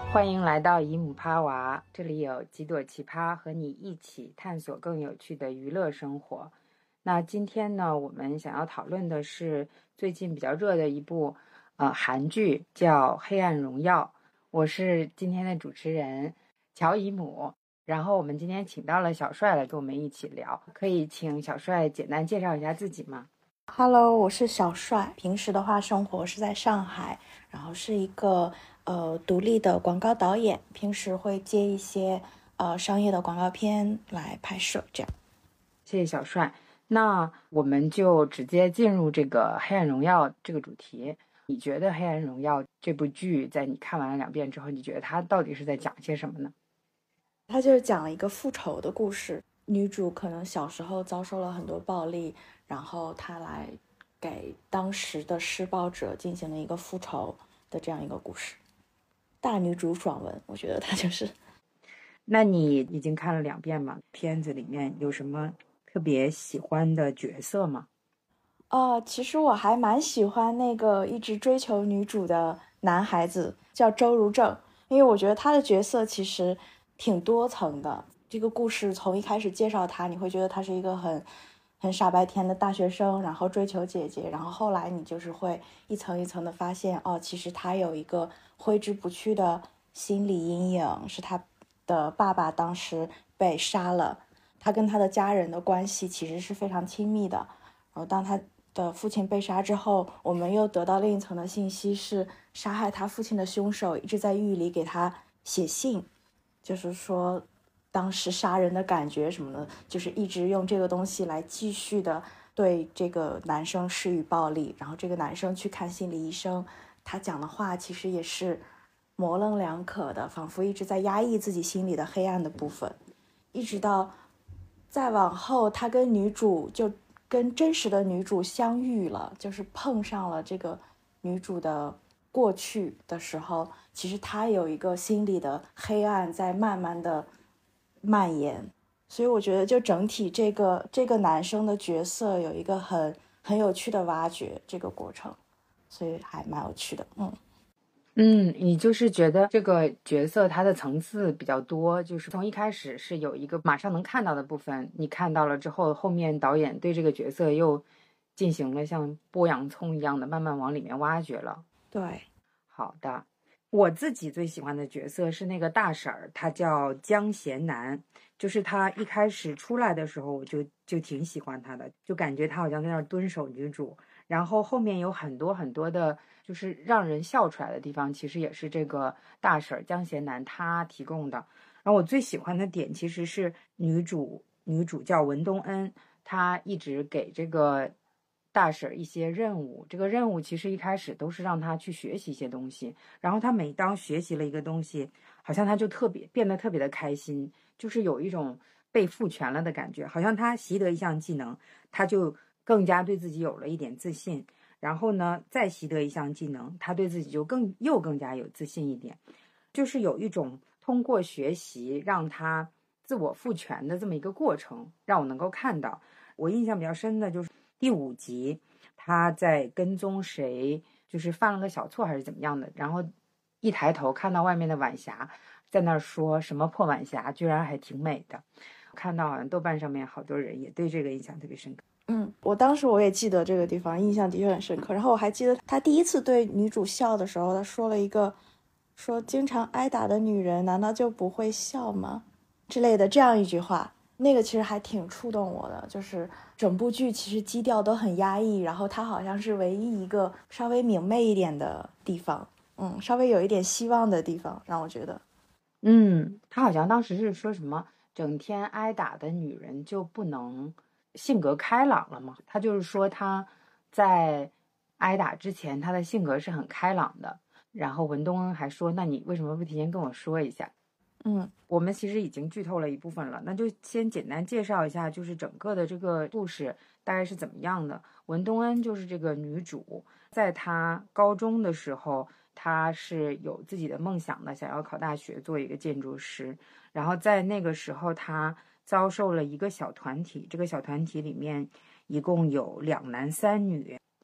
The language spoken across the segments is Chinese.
欢迎来到姨母趴娃，这里有几朵奇葩和你一起探索更有趣的娱乐生活。那今天呢，我们想要讨论的是最近比较热的一部韩剧，叫《黑暗荣耀》。我是今天的主持人乔姨母，然后我们今天请到了小帅来跟我们一起聊，可以请小帅简单介绍一下自己吗？ Hello，我是小帅。平时的话，生活是在上海，然后是一个独立的广告导演。平时会接一些商业的广告片来拍摄，这样。 谢谢小帅。那我们就直接进入这个《黑暗荣耀》这个主题。你觉得《黑暗荣耀》这部剧在你看完了2遍之后，你觉得它到底是在讲些什么呢？ 它就是讲了一个复仇的故事。女主可能小时候遭受了很多暴力，然后她来给当时的施暴者进行了一个复仇的这样一个故事。大女主爽文，我觉得她就是。 那你已经看了2遍吗？片子里面有什么特别喜欢的角色吗？ 其实我还蛮喜欢那个一直追求女主的男孩子，叫周如正，因为我觉得他的角色其实挺多层的。这个故事从一开始介绍他，你会觉得他是一个很傻白甜的大学生，然后追求姐姐，然后后来你就是会一层一层的发现，其实他有一个挥之不去的心理阴影，是他的爸爸当时被杀了，他跟他的家人的关系其实是非常亲密的。然后当他的父亲被杀之后，我们又得到另一层的信息，是杀害他父亲的凶手一直在狱里给他写信，就是说当时杀人的感觉什么的，就是一直用这个东西来继续的对这个男生施予暴力。然后这个男生去看心理医生，他讲的话其实也是模棱两可的，仿佛一直在压抑自己心里的黑暗的部分。一直到再往后，他跟女主就跟真实的女主相遇了，就是碰上了这个女主的过去的时候，其实他有一个心里的黑暗在慢慢的蔓延。所以我觉得就整体这个男生的角色有一个很有趣的挖掘这个过程，所以还蛮有趣的。 你就是觉得这个角色他的层次比较多，就是从一开始是有一个马上能看到的部分，你看到了之后，后面导演对这个角色又进行了像剥洋葱一样的慢慢往里面挖掘了。 对， 好的，我自己最喜欢的角色是那个大婶儿，她叫江贤南，就是她一开始出来的时候，我就挺喜欢她的，就感觉她好像在那儿蹲守女主，然后后面有很多很多的，就是让人笑出来的地方，其实也是这个大婶儿江贤南她提供的。然后我最喜欢的点其实是女主叫文东恩，她一直给这个大婶一些任务，这个任务其实一开始都是让她去学习一些东西，然后她每当学习了一个东西，好像她就变得特别的开心，就是有一种被赋权了的感觉，好像她习得一项技能，她就更加对自己有了一点自信，然后呢再习得一项技能，她对自己就更加有自信一点，就是有一种通过学习让她自我赋权的这么一个过程，让我能够看到。我印象比较深的就是第5集，他在跟踪谁，就是犯了个小错还是怎么样的，然后一抬头看到外面的晚霞，在那儿说什么破晚霞，居然还挺美的。看到好像豆瓣上面好多人也对这个印象特别深刻。 我当时我也记得这个地方，印象的确很深刻。然后我还记得他第一次对女主笑的时候，他说了一个说经常挨打的女人难道就不会笑吗之类的这样一句话。那个其实还挺触动我的，就是整部剧其实基调都很压抑，然后他好像是唯一一个稍微明媚一点的地方，稍微有一点希望的地方，让我觉得。 他好像当时是说什么整天挨打的女人就不能性格开朗了吗？他就是说他在挨打之前，他的性格是很开朗的。然后文东恩还说：“那你为什么不提前跟我说一下？”我们其实已经剧透了一部分了，那就先简单介绍一下，就是整个的这个故事大概是怎么样的。文东恩就是这个女主，在她高中的时候，她是有自己的梦想的，想要考大学做一个建筑师。然后在那个时候，她遭受了一个小团体，这个小团体里面一共有2男3女，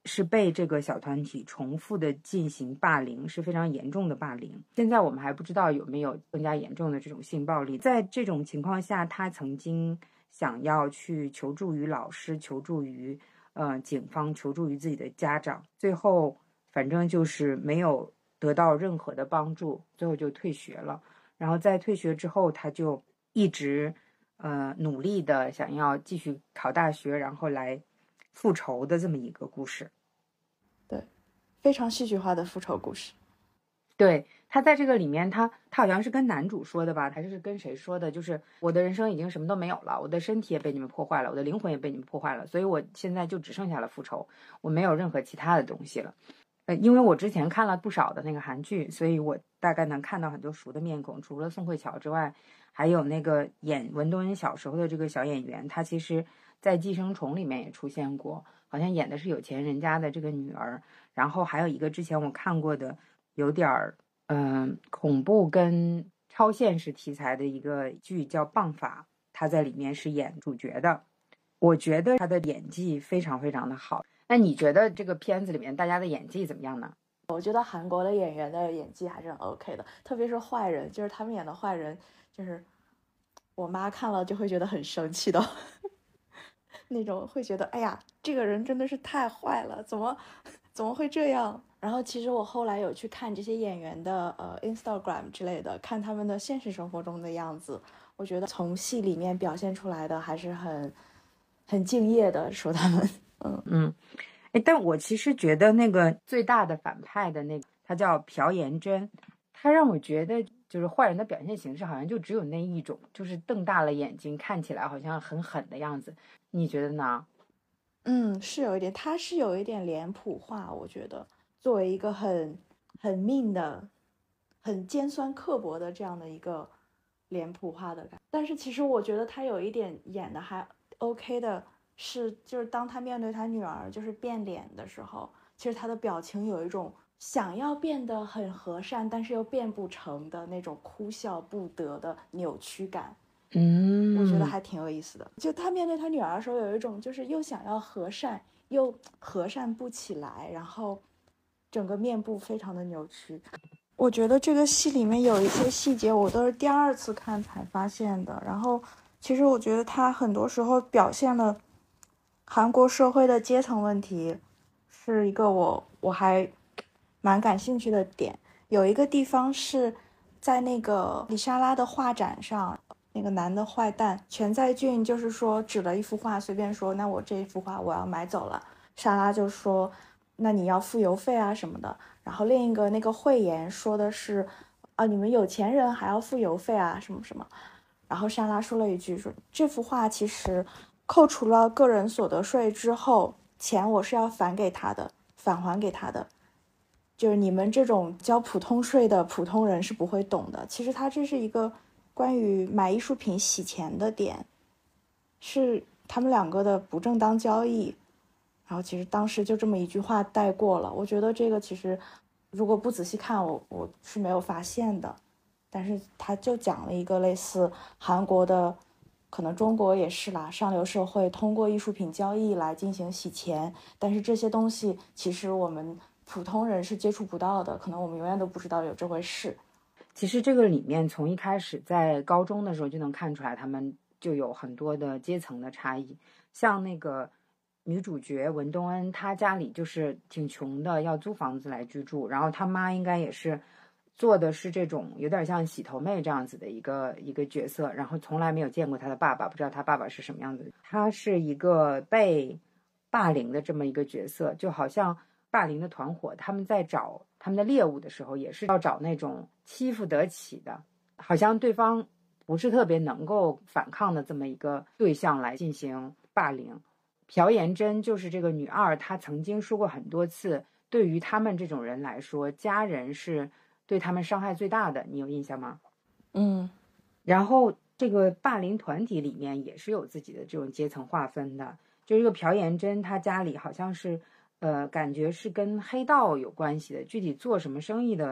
是被这个小团体重复的进行霸凌，是非常严重的霸凌。现在我们还不知道有没有更加严重的这种性暴力。在这种情况下，他曾经想要去求助于老师，求助于警方，求助于自己的家长，最后反正就是没有得到任何的帮助，最后就退学了。然后在退学之后，他就一直努力的想要继续考大学，然后来复仇的这么一个故事。 对，非常戏剧化的复仇故事。 对，他在这个里面，他好像是跟男主说的吧，还是跟谁说的？就是我的人生已经什么都没有了，我的身体也被你们破坏了，我的灵魂也被你们破坏了，所以我现在就只剩下了复仇，我没有任何其他的东西了。因为我之前看了不少的那个韩剧，所以我大概能看到很多熟的面孔。除了宋慧乔之外，还有那个演文东恩小时候的这个小演员，他其实在《寄生虫》里面也出现过，好像演的是有钱人家的这个女儿。然后还有一个之前我看过的有点恐怖跟超现实题材的一个剧叫《棒法》，他在里面是演主角的。我觉得他的演技非常非常的好。那你觉得这个片子里面大家的演技怎么样呢？ 我觉得韩国的演员的演技还是很 OK 的，特别是坏人，就是他们演的坏人，就是我妈看了就会觉得很生气的那种，会觉得哎呀，这个人真的是太坏了，怎么会这样？然后其实我后来有去看这些演员的Instagram 之类的，看他们的现实生活中的样子，我觉得从戏里面表现出来的还是很敬业的，说他们但我其实觉得那个最大的反派的那个他叫朴妍珍，他让我觉得就是坏人的表现形式好像就只有那一种，就是瞪大了眼睛，看起来好像很狠的样子。你觉得呢？ 是有一点，他是有一点脸谱化，我觉得作为一个很命的、很尖酸刻薄的这样的一个脸谱化的感觉。但是其实我觉得他有一点演的还 OK 的是，就是当他面对他女儿就是变脸的时候，其实他的表情有一种想要变得很和善，但是又变不成的那种哭笑不得的扭曲感。我觉得还挺有意思的。就他面对他女儿的时候，有一种就是又想要和善，又和善不起来，然后整个面部非常的扭曲。我觉得这个戏里面有一些细节，我都是第二次看才发现的。然后，其实我觉得他很多时候表现了韩国社会的阶层问题，是一个我还蛮感兴趣的点。有一个地方是在那个李莎拉的画展上。那个男的坏蛋全在俊就是说指了一幅画，随便说那我这一幅画我要买走了。莎拉就说那你要付邮费啊什么的。然后另一个那个慧妍说的是你们有钱人还要付邮费啊什么什么。然后莎拉说了一句说这幅画其实扣除了个人所得税之后，钱我是要返还给他的。就是你们这种交普通税的普通人是不会懂的。其实他这是一个关于买艺术品洗钱的点，是他们两个的不正当交易。然后其实当时就这么一句话带过了。我觉得这个其实如果不仔细看我是没有发现的。但是他就讲了一个类似韩国的，可能中国也是啦，上流社会通过艺术品交易来进行洗钱，但是这些东西其实我们普通人是接触不到的，可能我们永远都不知道有这回事。 其实这个里面从一开始在高中的时候就能看出来，他们就有很多的阶层的差异。像那个女主角文东恩，她家里就是挺穷的，要租房子来居住，然后她妈应该也是做的是这种有点像洗头妹这样子的一个角色，然后从来没有见过她的爸爸，不知道她爸爸是什么样子的。她是一个被霸凌的这么一个角色，就好像霸凌的团伙他们在找他们的猎物的时候，也是要找那种欺负得起的，好像对方不是特别能够反抗的这么一个对象来进行霸凌。朴妍珍就是这个女二，她曾经说过很多次，对于他们这种人来说，家人是对他们伤害最大的，你有印象吗？然后这个霸凌团体里面也是有自己的这种阶层划分的，就这个朴妍珍她家里好像是感觉是跟黑道有关系的，具体做什么生意的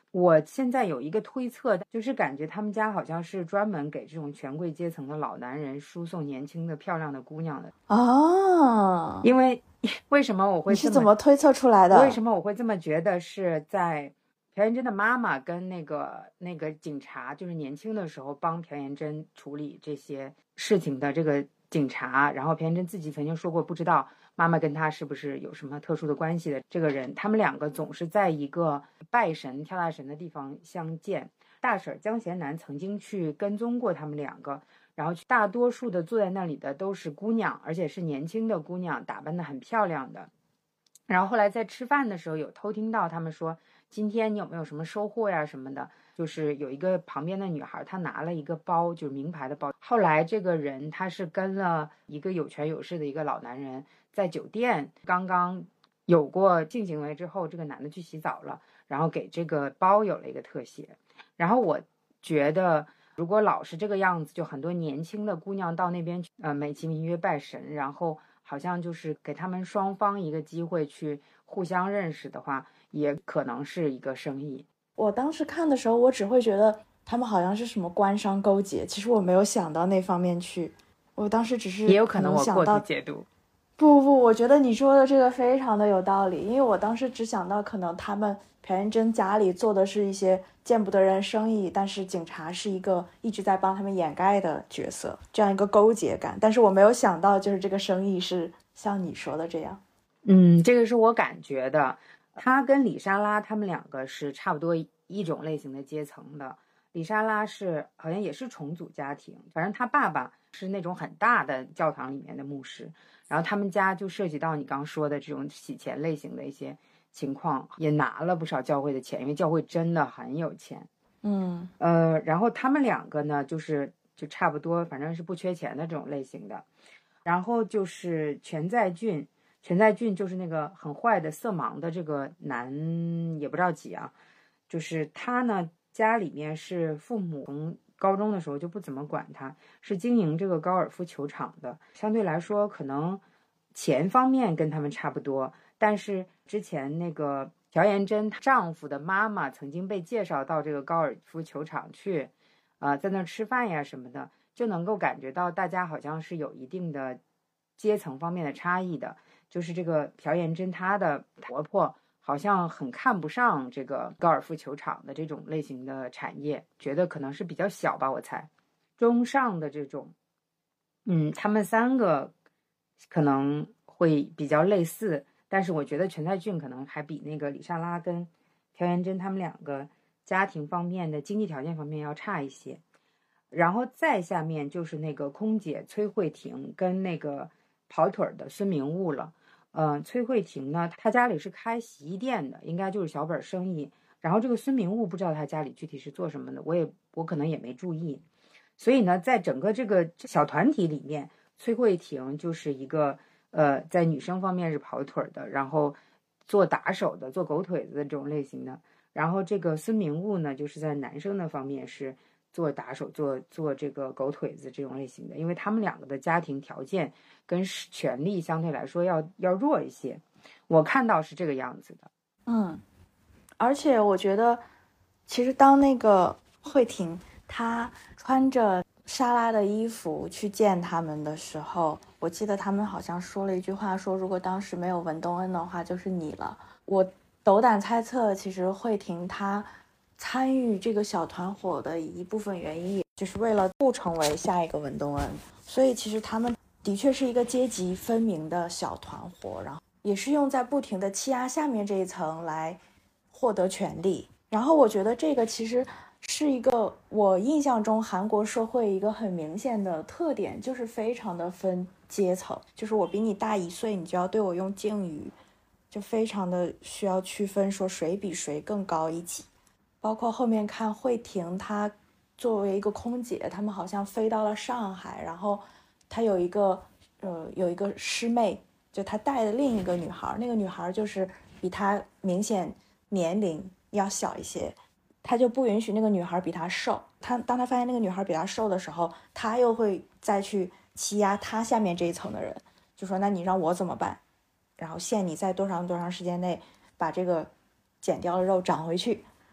我现在有一个推测，就是感觉他们家好像是专门给这种权贵阶层的老男人输送年轻的漂亮的姑娘的。 啊， 因为为什么我会你是怎么推测出来的？ 为什么我会这么觉得？是在朴妍珍的妈妈跟那个警察，就是年轻的时候帮朴妍珍处理这些事情的这个警察，然后朴妍珍自己曾经说过，不知道妈妈跟他是不是有什么特殊的关系的这个人，他们两个总是在一个拜神跳大神的地方相见。大婶江贤南曾经去跟踪过他们两个，然后大多数的坐在那里的都是姑娘，而且是年轻的姑娘，打扮得很漂亮的。然后后来在吃饭的时候有偷听到他们说，今天你有没有什么收获呀什么的，就是有一个旁边的女孩，她拿了一个包，就是名牌的包。后来这个人他是跟了一个有权有势的一个老男人，在酒店刚刚有过性行为之后，这个男的去洗澡了，然后给这个包有了一个特写。然后我觉得如果老是这个样子，就很多年轻的姑娘到那边去美其名曰拜神，然后好像就是给他们双方一个机会去互相认识的话，也可能是一个生意。 我当时看的时候，我只会觉得他们好像是什么官商勾结，其实我没有想到那方面去。我当时只是也有可能我过度解读。 不，我觉得你说的这个非常的有道理，因为我当时只想到可能他们朴妍珍家里做的是一些见不得人生意，但是警察是一个一直在帮他们掩盖的角色，这样一个勾结感。但是我没有想到，就是这个生意是像你说的这样。 这个是我感觉的。他跟李莎拉他们两个是差不多一种类型的阶层的。李莎拉是好像也是重组家庭，反正他爸爸是那种很大的教堂里面的牧师，然后他们家就涉及到你刚说的这种洗钱类型的一些情况，也拿了不少教会的钱，因为教会真的很有钱。然后他们两个呢，就差不多，反正是不缺钱的这种类型的。然后就是全在俊就是那个很坏的色盲的这个男，也不知道几啊，就是他呢，家里面是父母从高中的时候就不怎么管他，是经营这个高尔夫球场的，相对来说可能钱方面跟他们差不多，但是之前那个朴妍珍丈夫的妈妈曾经被介绍到这个高尔夫球场去，在那儿吃饭呀什么的，就能够感觉到大家好像是有一定的阶层方面的差异的。就是这个朴妍珍她的婆婆好像很看不上这个高尔夫球场的这种类型的产业，觉得可能是比较小吧，我猜中上的这种。他们三个可能会比较类似，但是我觉得全在俊可能还比那个李莎拉跟朴妍珍他们两个家庭方面的经济条件方面要差一些。然后再下面就是那个空姐崔慧婷跟那个跑腿的孙明悟了。崔慧婷呢，她家里是开洗衣店的，应该就是小本生意。然后这个孙明悟不知道他家里具体是做什么的，我可能也没注意。所以呢，在整个这个小团体里面，崔慧婷就是一个在女生方面是跑腿的，然后做打手的、做狗腿子的这种类型的。然后这个孙明悟呢，就是在男生的方面是做打手、做这个狗腿子这种类型的，因为他们两个的家庭条件跟权力相对来说要弱一些，我看到是这个样子的。 而且我觉得，其实当那个慧婷她穿着莎拉的衣服去见他们的时候，我记得他们好像说了一句话，说如果当时没有文东恩的话，就是你了。我斗胆猜测，其实慧婷她参与这个小团伙的一部分原因，也就是为了不成为下一个文东恩。所以其实他们的确是一个阶级分明的小团伙，然后也是用在不停的欺压下面这一层来获得权利。然后我觉得这个其实是一个我印象中韩国社会一个很明显的特点，就是非常的分阶层，就是我比你大1岁，你就要对我用敬语，就非常的需要区分说谁比谁更高一级。包括后面看慧婷，她作为一个空姐，他们好像飞到了上海，然后她有一个师妹，就她带的另一个女孩，那个女孩就是比她明显年龄要小一些，他就不允许那个女孩比他瘦。当他发现那个女孩比他瘦的时候，他又会再去欺压他下面这一层的人，就说那你让我怎么办？然后限你在多长时间内把这个减掉的肉长回去。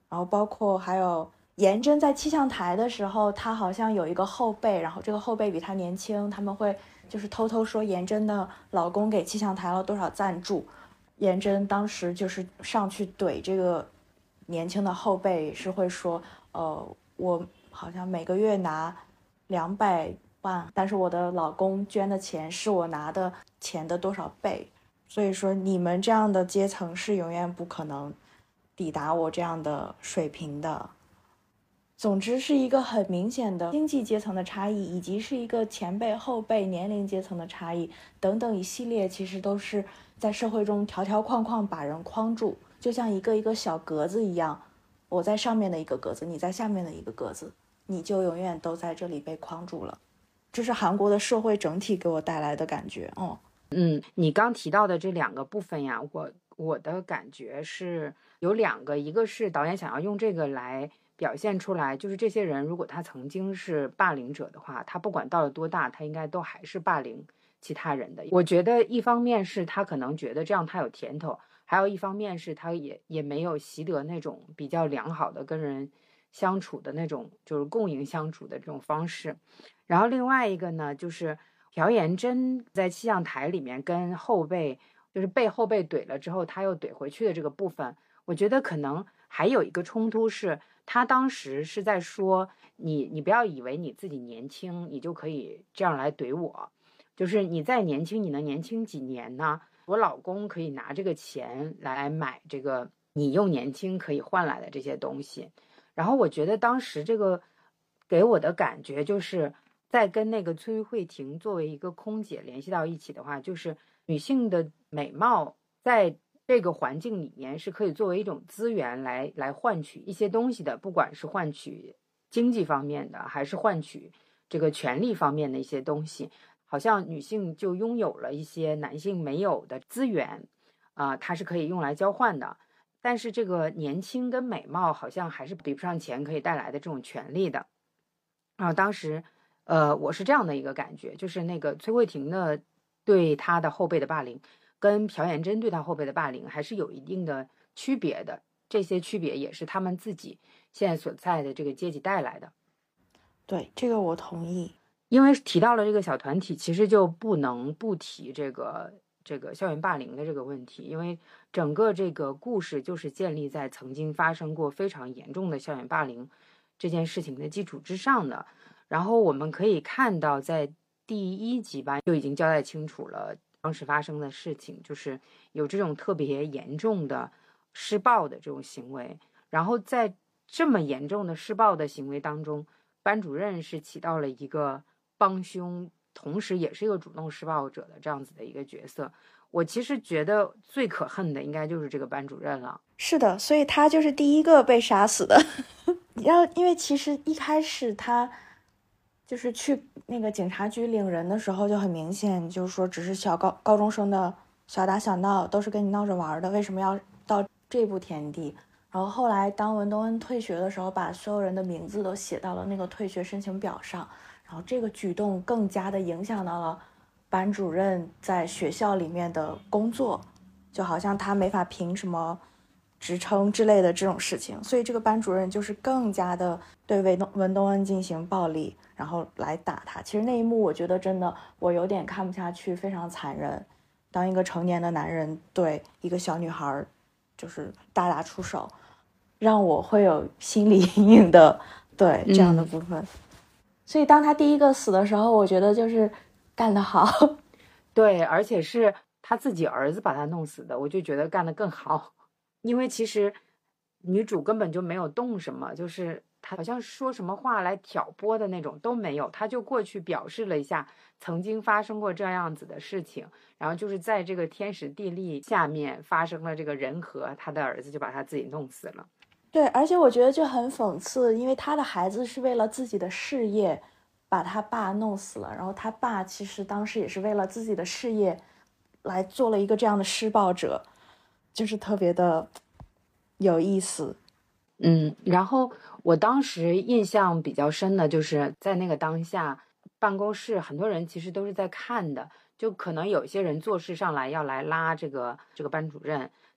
然后包括还有颜真在气象台的时候，她好像有一个后辈，然后这个后辈比她年轻，他们会就是偷偷说颜真的老公给气象台了多少赞助，颜真当时就是上去怼这个年轻的后辈，是会说我好像每个月拿200万，但是我的老公捐的钱是我拿的钱的多少倍，所以说你们这样的阶层是永远不可能抵达我这样的水平的。总之是一个很明显的经济阶层的差异，以及是一个前辈后辈年龄阶层的差异等等一系列，其实都是在社会中条条框框把人框住，就像一个一个小格子一样，我在上面的一个格子，你在下面的一个格子，你就永远都在这里被框住了。这是韩国的社会整体给我带来的感觉。 你刚提到的这2个部分呀，我的感觉是有2个，一个是导演想要用这个来表现出来，就是这些人如果他曾经是霸凌者的话，他不管到了多大，他应该都还是霸凌其他人的。我觉得一方面是他可能觉得这样他有甜头，还有一方面是他也没有习得那种比较良好的跟人相处的那种，就是共赢相处的这种方式。然后另外一个呢，就是朴妍真在气象台里面跟后辈，就是被后辈怼了之后，他又怼回去的这个部分，我觉得可能还有一个冲突是，他当时是在说你不要以为你自己年轻，你就可以这样来怼我，就是你再年轻，你能年轻几年呢？我老公可以拿这个钱来买这个你用年轻可以换来的这些东西。然后我觉得当时这个给我的感觉就是在跟那个崔慧婷作为一个空姐联系到一起的话，就是女性的美貌在这个环境里面是可以作为一种资源来换取一些东西的，不管是换取经济方面的，还是换取这个权利方面的一些东西，好像女性就拥有了一些男性没有的资源，它是可以用来交换的。但是这个年轻跟美貌好像还是比不上钱可以带来的这种权利的。当时我是这样的一个感觉，就是那个崔慧婷的对她的后辈的霸凌跟朴妍真对她后辈的霸凌还是有一定的区别的，这些区别也是他们自己现在所在的这个阶级带来的。 对，这个我同意。 因为提到了这个小团体，其实就不能不提这个校园霸凌的这个问题，因为整个这个故事就是建立在曾经发生过非常严重的校园霸凌这件事情的基础之上的。然后我们可以看到，在第1集吧就已经交代清楚了当时发生的事情，就是有这种特别严重的施暴的这种行为。然后在这么严重的施暴的行为当中，班主任是起到了一个帮凶，同时也是一个主动施暴者的这样子的一个角色。我其实觉得最可恨的应该就是这个班主任了。 是的，所以他就是第一个被杀死的。然后因为其实一开始他就是去那个警察局领人的时候就很明显，就是说只是高中生的小打小闹，都是跟你闹着玩的，为什么要到这步田地？然后后来当文东恩退学的时候，把所有人的名字都写到了那个退学申请表上，然后这个举动更加的影响到了班主任在学校里面的工作，就好像他没法评什么职称之类的这种事情，所以这个班主任就是更加的对文东恩进行暴力，然后来打他。其实那一幕我觉得真的我有点看不下去，非常残忍。当一个成年的男人对一个小女孩就是大打出手，让我会有心理阴影的，对这样的部分。所以当他第一个死的时候，我觉得就是干得好。 对，而且是他自己儿子把他弄死的，我就觉得干得更好。因为其实女主根本就没有动什么，就是她好像说什么话来挑拨的那种都没有，她就过去表示了一下曾经发生过这样子的事情，然后就是在这个天时地利下面发生了这个人和，他的儿子就把他自己弄死了。 对，而且我觉得就很讽刺，因为他的孩子是为了自己的事业把他爸弄死了，然后他爸其实当时也是为了自己的事业来做了一个这样的施暴者，就是特别的有意思。 然后我当时印象比较深的就是在那个当下，办公室很多人其实都是在看的，就可能有些人做事上来要来拉这个班主任，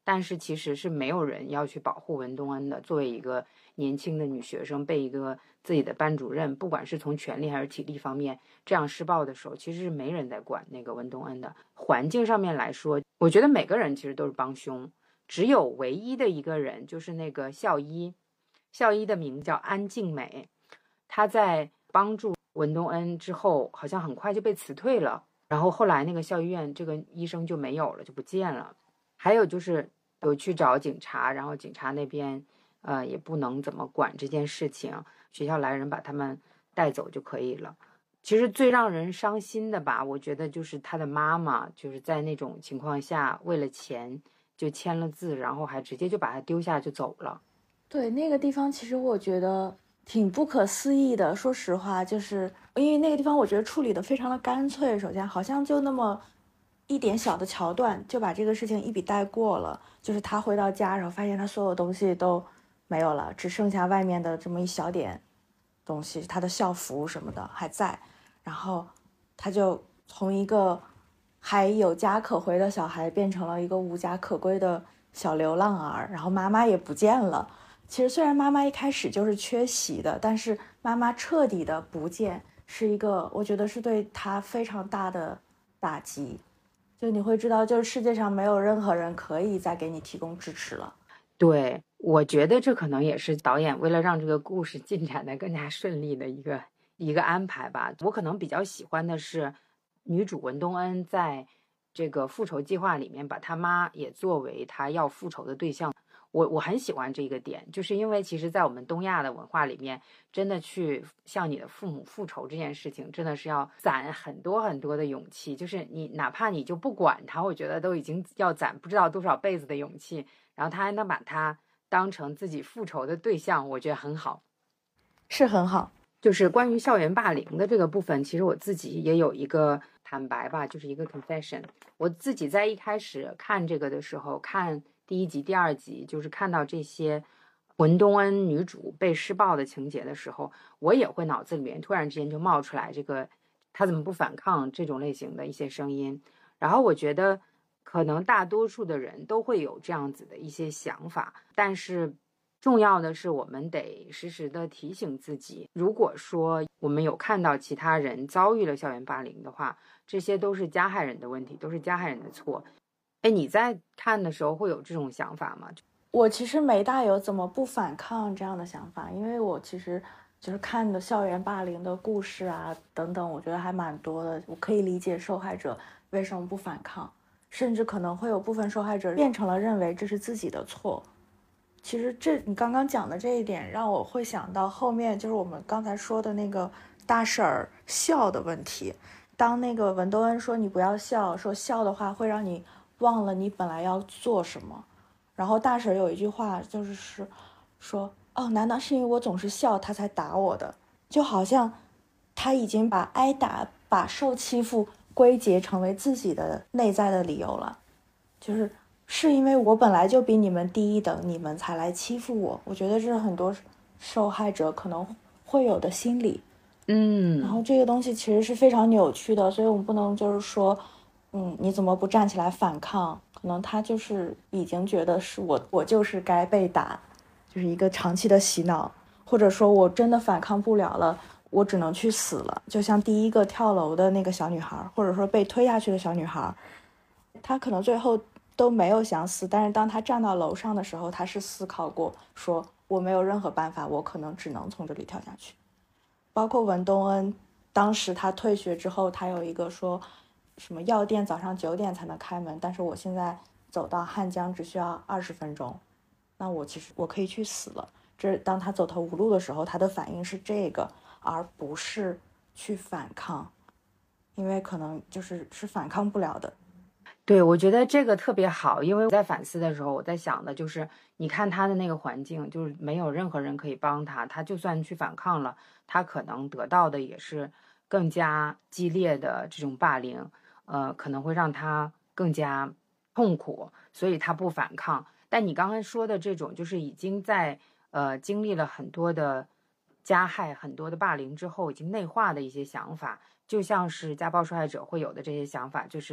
但是其实是没有人要去保护文东恩的。作为一个年轻的女学生，被一个自己的班主任，不管是从权力还是体力方面这样施暴的时候，其实是没人在管那个文东恩的。环境上面来说，我觉得每个人其实都是帮凶，只有唯一的一个人就是那个校医，校医的名叫安静美，她在帮助文东恩之后，好像很快就被辞退了。然后后来那个校医院这个医生就没有了，就不见了。还有就是有去找警察，然后警察那边也不能怎么管这件事情，学校来人把他们带走就可以了。其实最让人伤心的吧，我觉得就是他的妈妈，就是在那种情况下为了钱就签了字，然后还直接就把他丢下就走了。 对，那个地方其实我觉得挺不可思议的。说实话，就是因为那个地方我觉得处理的非常的干脆。首先，好像就那么一点小的桥段就把这个事情一笔带过了。就是他回到家，然后发现他所有东西都没有了，只剩下外面的这么一小点东西，他的校服什么的还在。然后他就从一个还有家可回的小孩变成了一个无家可归的小流浪儿，然后妈妈也不见了。其实虽然妈妈一开始就是缺席的，但是妈妈彻底的不见是一个，我觉得是对她非常大的打击。就你会知道，就是世界上没有任何人可以再给你提供支持了。 对，我觉得这可能也是导演为了让这个故事进展的更加顺利的一个安排吧。我可能比较喜欢的是女主文东恩在这个复仇计划里面把她妈也作为她要复仇的对象。我很喜欢这个点，就是因为其实在我们东亚的文化里面，真的去向你的父母复仇这件事情，真的是要攒很多很多的勇气。就是你哪怕你就不管他，我觉得都已经要攒不知道多少辈子的勇气，然后他还能把他当成自己复仇的对象，我觉得很好， 是很好。 就是关于校园霸凌的这个部分，其实我自己也有一个坦白吧，就是一个 confession。我自己在一开始看这个的时候，看第一集、第二集，就是看到这些文东恩女主被施暴的情节的时候，我也会脑子里面突然之间就冒出来这个她怎么不反抗这种类型的一些声音。然后我觉得可能大多数的人都会有这样子的一些想法，但是重要的是我们得时时的提醒自己，如果说我们有看到其他人遭遇了校园霸凌的话，这些都是加害人的问题，都是加害人的错。哎，你在看的时候会有这种想法吗？ 我其实没大有怎么不反抗这样的想法，因为我其实就是看的校园霸凌的故事啊等等，我觉得还蛮多的。我可以理解受害者为什么不反抗，甚至可能会有部分受害者变成了认为这是自己的错。其实你刚刚讲的这一点让我会想到后面就是我们刚才说的那个大婶儿笑的问题。当那个文东恩说你不要笑，说笑的话会让你忘了你本来要做什么，然后大婶有一句话就是说，哦，难道是因为我总是笑他才打我的？就好像他已经把挨打把受欺负归结成为自己的内在的理由了，是因为我本来就比你们低一等，你们才来欺负我。我觉得这是很多受害者可能会有的心理。然后这个东西其实是非常扭曲的，所以我们不能就是说，你怎么不站起来反抗？可能他就是已经觉得是我就是该被打，就是一个长期的洗脑，或者说我真的反抗不了了，我只能去死了。就像第一个跳楼的那个小女孩，或者说被推下去的小女孩，她可能最后都没有想死，但是当她站到楼上的时候，她是思考过，说我没有任何办法，我可能只能从这里跳下去。包括文东恩，当时他退学之后，他有一个说什么药店早上9点才能开门，但是我现在走到汉江只需要20分钟，那其实我可以去死了。这当他走投无路的时候，他的反应是这个，而不是去反抗，因为可能是反抗不了的。 对，我觉得这个特别好，因为我在反思的时候，我在想的就是，你看他的那个环境，就是没有任何人可以帮他，他就算去反抗了，他可能得到的也是更加激烈的这种霸凌，可能会让他更加痛苦，所以他不反抗。但你刚才说的这种，就是已经在经历了很多的加害、很多的霸凌之后，已经内化的一些想法，就像是家暴受害者会有的这些想法，就是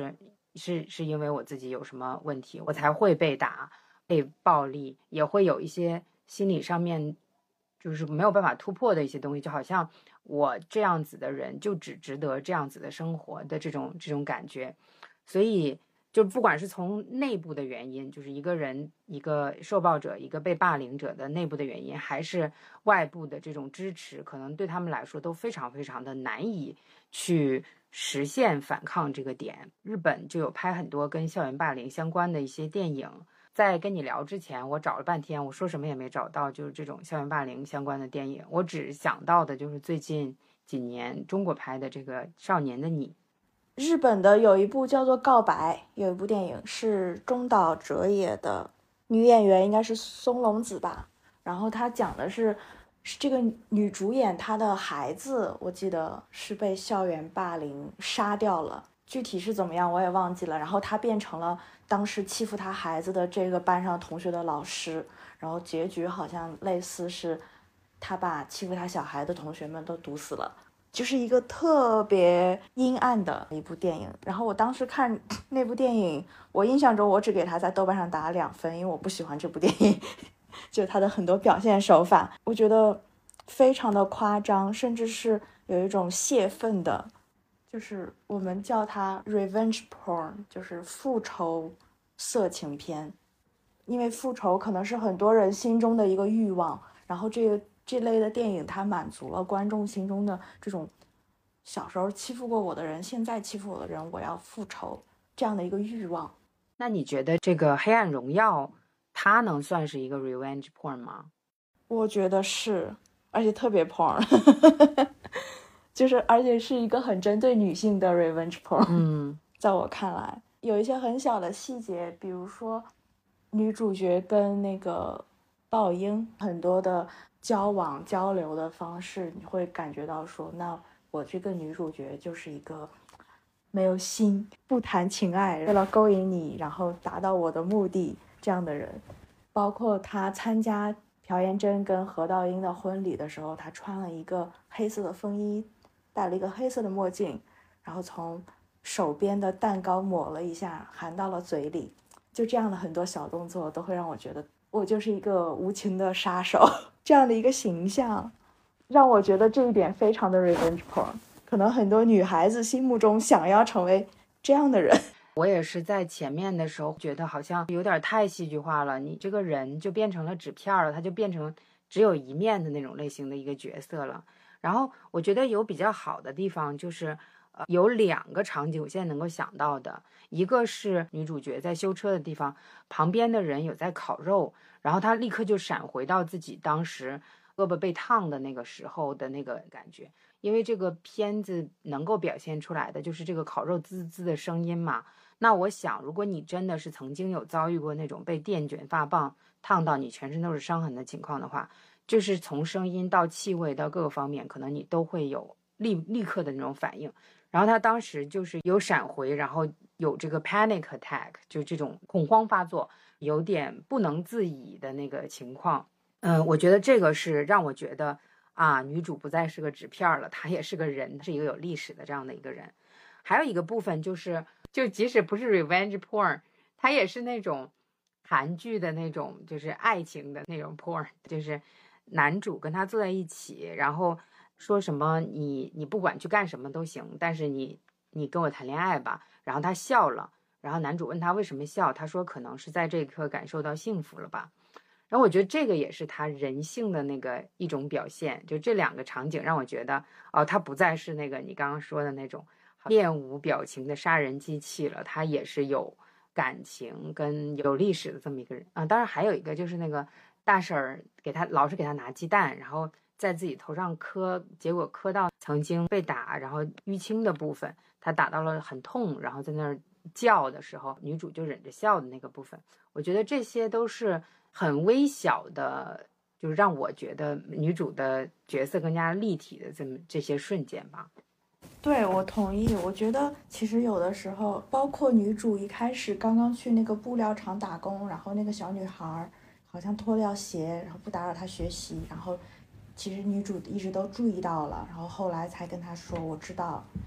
是因为我自己有什么问题，我才会被打、被暴力，也会有一些心理上面就是没有办法突破的一些东西，就好像我这样子的人就只值得这样子的生活的这种感觉。所以就不管是从内部的原因，就是一个人、一个受暴者、一个被霸凌者的内部的原因，还是外部的这种支持，可能对他们来说都非常非常的难以去实现反抗这个点。日本就有拍很多跟校园霸凌相关的一些电影。在跟你聊之前，我找了半天，我说什么也没找到，就是这种校园霸凌相关的电影。我只想到的就是最近几年中国拍的这个《少年的你》。 日本的有一部叫做《告白》，有一部电影是中岛哲也的，女演员应该是松隆子吧。然后她讲的是这个女主演她的孩子，我记得是被校园霸凌杀掉了，具体是怎么样我也忘记了。然后她变成了当时欺负她孩子的这个班上同学的老师，然后结局好像类似是她把欺负她小孩的同学们都毒死了。就是一个特别阴暗的一部电影。然后我当时看那部电影，我印象中我只给他在豆瓣上打了2分，因为我不喜欢这部电影，就他的很多表现手法，我觉得非常的夸张，甚至是有一种泄愤的，就是我们叫它 revenge porn， 就是复仇色情片。因为复仇可能是很多人心中的一个欲望，然后这类的电影它满足了观众心中的这种小时候欺负过我的人，现在欺负我的人，我要复仇这样的一个欲望。 那你觉得这个《黑暗荣耀》它能算是一个 revenge porn 吗？ 我觉得是，而且特别 porn 就是而且是一个很针对女性的 revenge porn。在我看来有一些很小的细节，比如说女主角跟那个豹英很多的交往交流的方式，你会感觉到说，那我这个女主角就是一个没有心、不谈情爱，为了勾引你，然后达到我的目的这样的人。包括她参加朴妍珍跟何道英的婚礼的时候，她穿了一个黑色的风衣，戴了一个黑色的墨镜，然后从手边的蛋糕抹了一下，含到了嘴里。就这样的很多小动作都会让我觉得我就是一个无情的杀手，这样的一个形象让我觉得这一点非常的 revenge porn。 可能很多女孩子心目中想要成为这样的人。 我也是在前面的时候觉得好像有点太戏剧化了，你这个人就变成了纸片了，他就变成只有一面的那种类型的一个角色了。然后我觉得有比较好的地方就是有2个场景我现在能够想到的，一个是女主角在修车的地方，旁边的人有在烤肉，然后她立刻就闪回到自己当时胳膊被烫的那个时候的那个感觉。因为这个片子能够表现出来的就是这个烤肉滋滋的声音嘛。那我想如果你真的是曾经有遭遇过那种被电卷发棒烫到你全身都是伤痕的情况的话，就是从声音到气味到各个方面，可能你都会有立刻的那种反应。然后他当时就是有闪回，然后有这个 panic attack， 就这种恐慌发作，有点不能自已的那个情况。我觉得这个是让我觉得啊，女主不再是个纸片了，她也是个人，是一个有历史的这样的一个人。还有一个部分就是，就即使不是 revenge porn， 它也是那种韩剧的那种，就是爱情的那种 porn， 就是男主跟她坐在一起，然后说什么你不管去干什么都行，但是你跟我谈恋爱吧。然后他笑了，然后男主问他为什么笑，他说可能是在这一刻感受到幸福了吧。然后我觉得这个也是他人性的那个一种表现。就这2个场景让我觉得他不再是那个你刚刚说的那种面无表情的杀人机器了，他也是有感情跟有历史的这么一个人啊。当然还有一个就是那个大婶儿老是给他拿鸡蛋，然后在自己头上磕，结果磕到曾经被打然后淤青的部分，他打到了很痛，然后在那儿叫的时候，女主就忍着笑的那个部分，我觉得这些都是很微小的，就是让我觉得女主的角色更加立体的这些瞬间吧。 对，我同意。我觉得其实有的时候，包括女主一开始刚刚去那个布料厂打工，然后那个小女孩好像脱掉鞋，然后不打扰她学习，然后其实女主一直都注意到了，然后后来才跟她说我知道，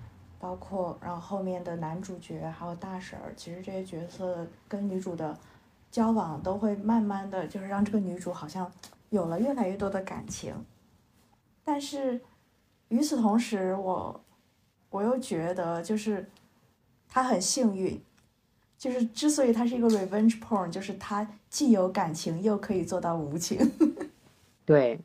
包括然后后面的男主角还有大婶儿，其实这些角色跟女主的交往都会慢慢的就是让这个女主好像有了越来越多的感情。但是与此同时，我又觉得就是她很幸运，就是之所以它是一个 revenge porn， 就是它既有感情又可以做到无情。 对，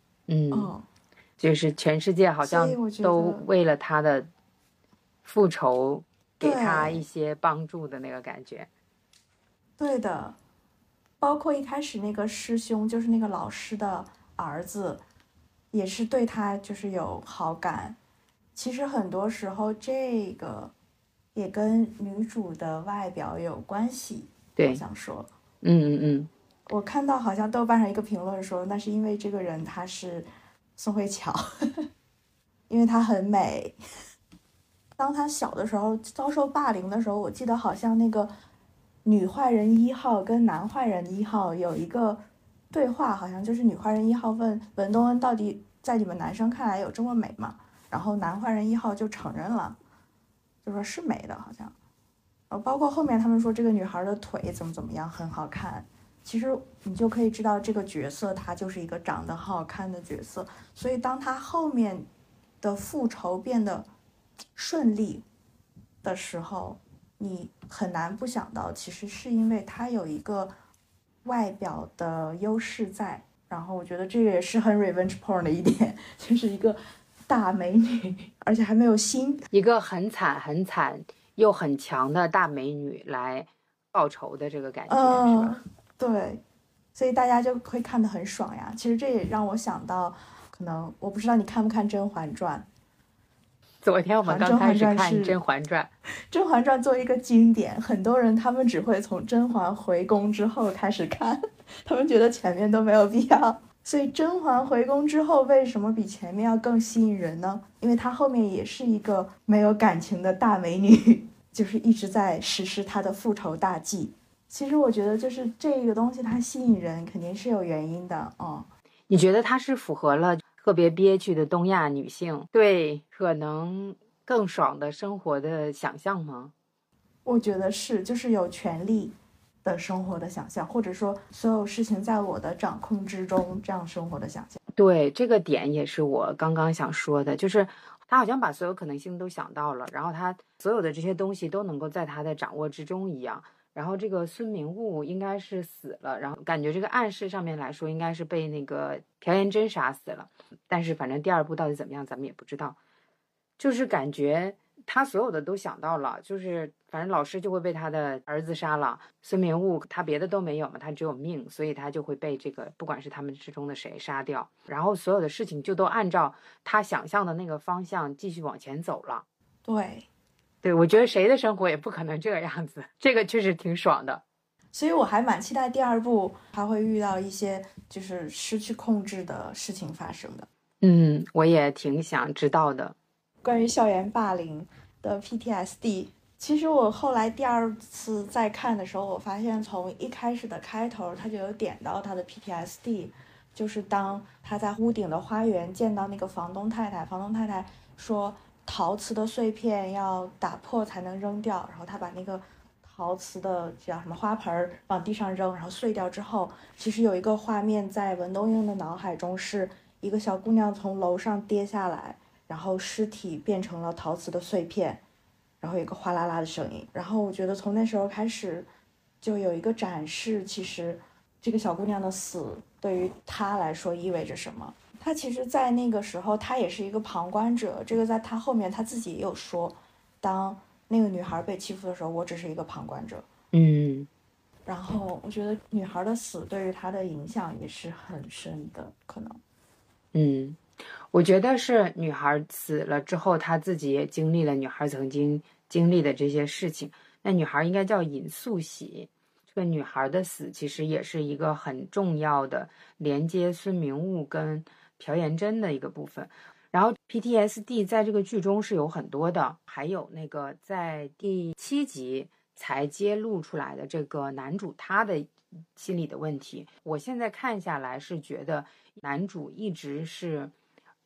就是全世界好像都为了他的复仇给他一些帮助的那个感觉。 对的，包括一开始那个师兄，就是那个老师的儿子，也是对他就是有好感。其实很多时候这个也跟女主的外表有关系。 对， 我想说， 我看到好像豆瓣上一个评论说，那是因为这个人他是宋慧乔，因为她很美。当她小的时候遭受霸凌的时候，我记得好像那个女坏人1号跟男坏人1号有一个对话，好像就是女坏人1号问文东恩到底在你们男生看来有这么美吗？然后男坏人1号就承认了，就说是美的，好像。包括后面他们说这个女孩的腿怎么样很好看，其实你就可以知道这个角色她就是一个长得好看的角色。所以当她后面的复仇变得顺利的时候，你很难不想到其实是因为她有一个外表的优势在。然后我觉得这个也是很 revenge porn 的一点，就是一个大美女，而且还没有心， 一个很惨又很强的大美女来报仇的这个感觉，是吧？ 对，所以大家就会看得很爽呀。其实这也让我想到，可能我不知道你看不看《甄嬛传》。 昨天我们刚开始看《甄嬛传》， 甄嬛传作为一个经典，很多人他们只会从甄嬛回宫之后开始看，他们觉得前面都没有必要。所以甄嬛回宫之后为什么比前面要更吸引人呢？因为她后面也是一个没有感情的大美女，就是一直在实施她的复仇大计。其实我觉得就是这个东西它吸引人肯定是有原因的。 你觉得它是符合了特别憋屈的东亚女性对可能更爽的生活的想象吗？ 我觉得是，就是有权利的生活的想象，或者说所有事情在我的掌控之中这样生活的想象。 对，这个点也是我刚刚想说的，就是他好像把所有可能性都想到了，然后他所有的这些东西都能够在他的掌握之中一样。然后这个孙明悟应该是死了，然后感觉这个暗示上面来说应该是被那个朴妍珍杀死了，但是反正第2部到底怎么样咱们也不知道。就是感觉他所有的都想到了，就是反正老师就会被他的儿子杀了，孙明悟他别的都没有嘛，他只有命，所以他就会被这个不管是他们之中的谁杀掉，然后所有的事情就都按照他想象的那个方向继续往前走了。 对， 我觉得谁的生活也不可能这个样子，这个确实挺爽的。 所以我还蛮期待第2部他会遇到一些就是失去控制的事情发生的。 我也挺想知道的。 关于校园霸凌的 PTSD， 其实我后来第2次再看的时候，我发现从一开始的开头他就有点到他的 PTSD， 就是当他在屋顶的花园见到那个房东太太，房东太太说陶瓷的碎片要打破才能扔掉，然后他把那个陶瓷的叫什么花盆往地上扔，然后碎掉之后，其实有一个画面在文东英的脑海中，是一个小姑娘从楼上跌下来，然后尸体变成了陶瓷的碎片，然后有一个哗啦啦的声音。然后我觉得从那时候开始就有一个展示，其实这个小姑娘的死对于她来说意味着什么。她其实在那个时候她也是一个旁观者，这个在她后面她自己也有说，当那个女孩被欺负的时候，我只是一个旁观者。然后我觉得女孩的死对于她的影响也是很深的，可能。 我觉得是女孩死了之后，她自己也经历了女孩曾经经历的这些事情。那女孩应该叫尹素喜，这个女孩的死其实也是一个很重要的连接孙明悟跟朴妍珍的一个部分。然后 PTSD 在这个剧中是有很多的，还有那个在第7集才揭露出来的这个男主他的心理的问题。我现在看下来是觉得男主一直是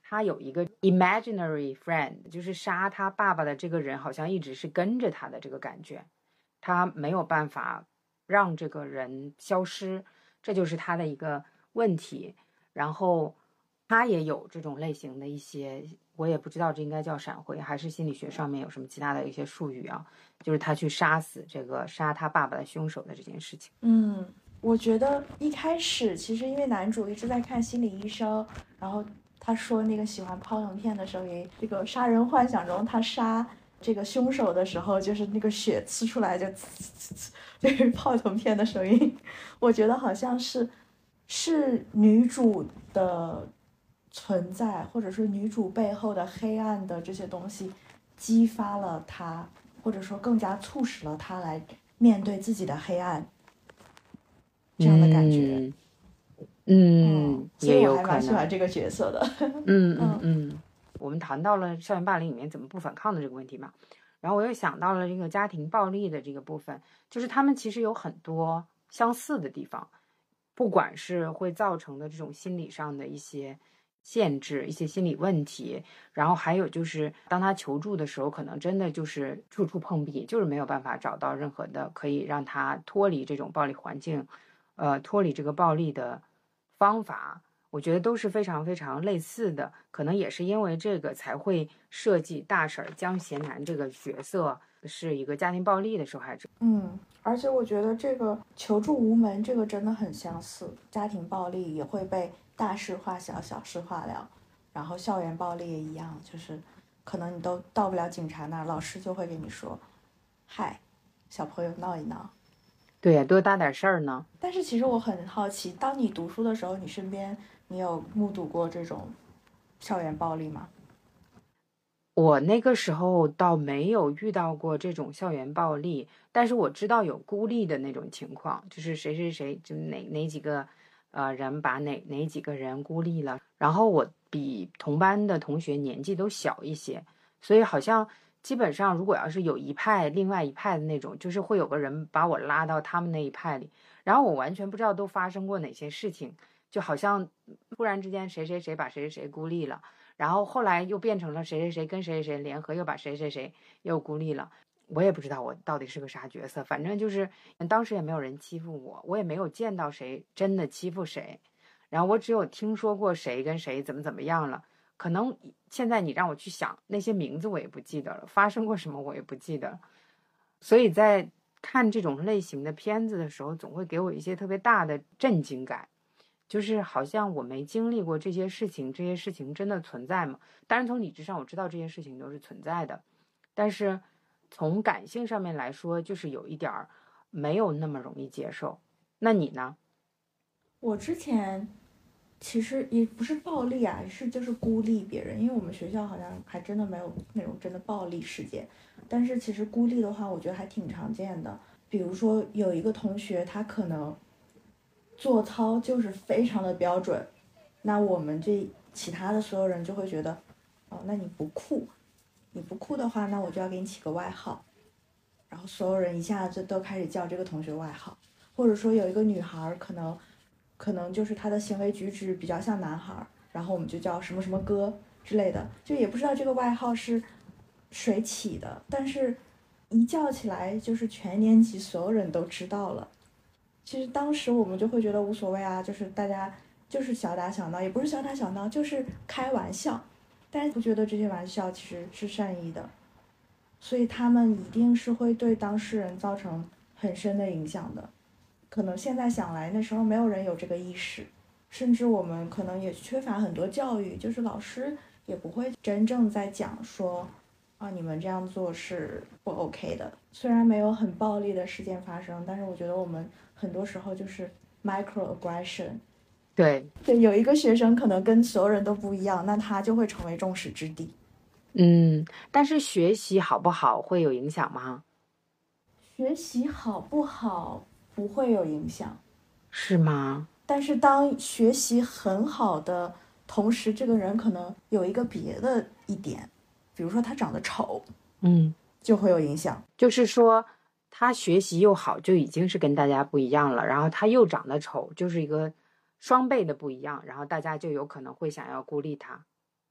他有一个 imaginary friend， 就是杀他爸爸的这个人好像一直是跟着他的这个感觉，他没有办法让这个人消失，这就是他的一个问题。然后他也有这种类型的一些，我也不知道这应该叫闪回还是心理学上面有什么其他的一些术语啊，就是他去杀他爸爸的凶手的这件事情。 我觉得一开始其实因为男主一直在看心理医生，然后他说那个喜欢泡腾片的声音，这个杀人幻想中他杀这个凶手的时候，就是那个血呲出来就呲呲呲，就是泡腾片的声音。我觉得好像是女主的存在，或者说女主背后的黑暗的这些东西，激发了她，或者说更加促使了她来面对自己的黑暗，这样的感觉。所以我还蛮喜欢这个角色的。 我们谈到了校园霸凌里面怎么不反抗的这个问题嘛，然后我又想到了这个家庭暴力的这个部分，就是他们其实有很多相似的地方，不管是会造成的这种心理上的一些限制，一些心理问题，然后还有就是当他求助的时候，可能真的就是处处碰壁，就是没有办法找到任何的可以让他脱离这种暴力环境，脱离这个暴力的方法。我觉得都是非常非常类似的，可能也是因为这个才会设计大婶江贤南这个角色是一个家庭暴力的受害者。 而且我觉得这个求助无门这个真的很相似，家庭暴力也会被大事化小，小事化了，然后校园暴力也一样，就是可能你都到不了警察那儿，老师就会跟你说，嗨，小朋友闹一闹。 对呀，多大点事儿呢？ 但是其实我很好奇，当你读书的时候，你身边你有目睹过这种校园暴力吗？ 我那个时候倒没有遇到过这种校园暴力，但是我知道有孤立的那种情况，就是谁谁谁就哪几个人把哪几个人孤立了。然后我比同班的同学年纪都小一些，所以好像基本上如果要是有一派另外一派的那种，就是会有个人把我拉到他们那一派里，然后我完全不知道都发生过哪些事情，就好像突然之间谁谁谁把谁谁谁孤立了。然后后来又变成了谁谁谁跟谁谁谁联合，又把谁谁谁又孤立了。我也不知道我到底是个啥角色，反正就是当时也没有人欺负我，我也没有见到谁真的欺负谁，然后我只有听说过谁跟谁怎么样了。可能现在你让我去想那些名字，我也不记得了，发生过什么我也不记得了。所以在看这种类型的片子的时候，总会给我一些特别大的震惊感。就是好像我没经历过这些事情，这些事情真的存在吗？当然从理智上我知道这些事情都是存在的，但是从感性上面来说，就是有一点儿没有那么容易接受。那你呢？ 我之前其实也不是暴力啊，就是孤立别人，因为我们学校好像还真的没有那种真的暴力事件，但是其实孤立的话，我觉得还挺常见的。比如说有一个同学，他可能做操就是非常的标准，那我们这其他的所有人就会觉得，哦，那你不酷，你不酷的话，那我就要给你起个外号，然后所有人一下子都开始叫这个同学外号。或者说有一个女孩可能就是她的行为举止比较像男孩，然后我们就叫什么什么哥之类的，就也不知道这个外号是谁起的，但是一叫起来就是全年级所有人都知道了。其实当时我们就会觉得无所谓啊，就是大家就是小打小闹，也不是小打小闹，就是开玩笑，但是不觉得这些玩笑其实是善意的，所以他们一定是会对当事人造成很深的影响的。可能现在想来，那时候没有人有这个意识，甚至我们可能也缺乏很多教育，就是老师也不会真正在讲说啊，你们这样做是不 OK 的。虽然没有很暴力的事件发生，但是我觉得我们很多时候就是 microaggression。 对， 有一个学生可能跟所有人都不一样，那他就会成为众矢之的。 但是学习好不好会有影响吗？ 学习好不好不会有影响， 是吗？ 但是当学习很好的同时，这个人可能有一个别的一点，比如说他长得丑，就会有影响。 就是说他学习又好，就已经是跟大家不一样了，然后他又长得丑，就是一个双倍的不一样，然后大家就有可能会想要孤立他。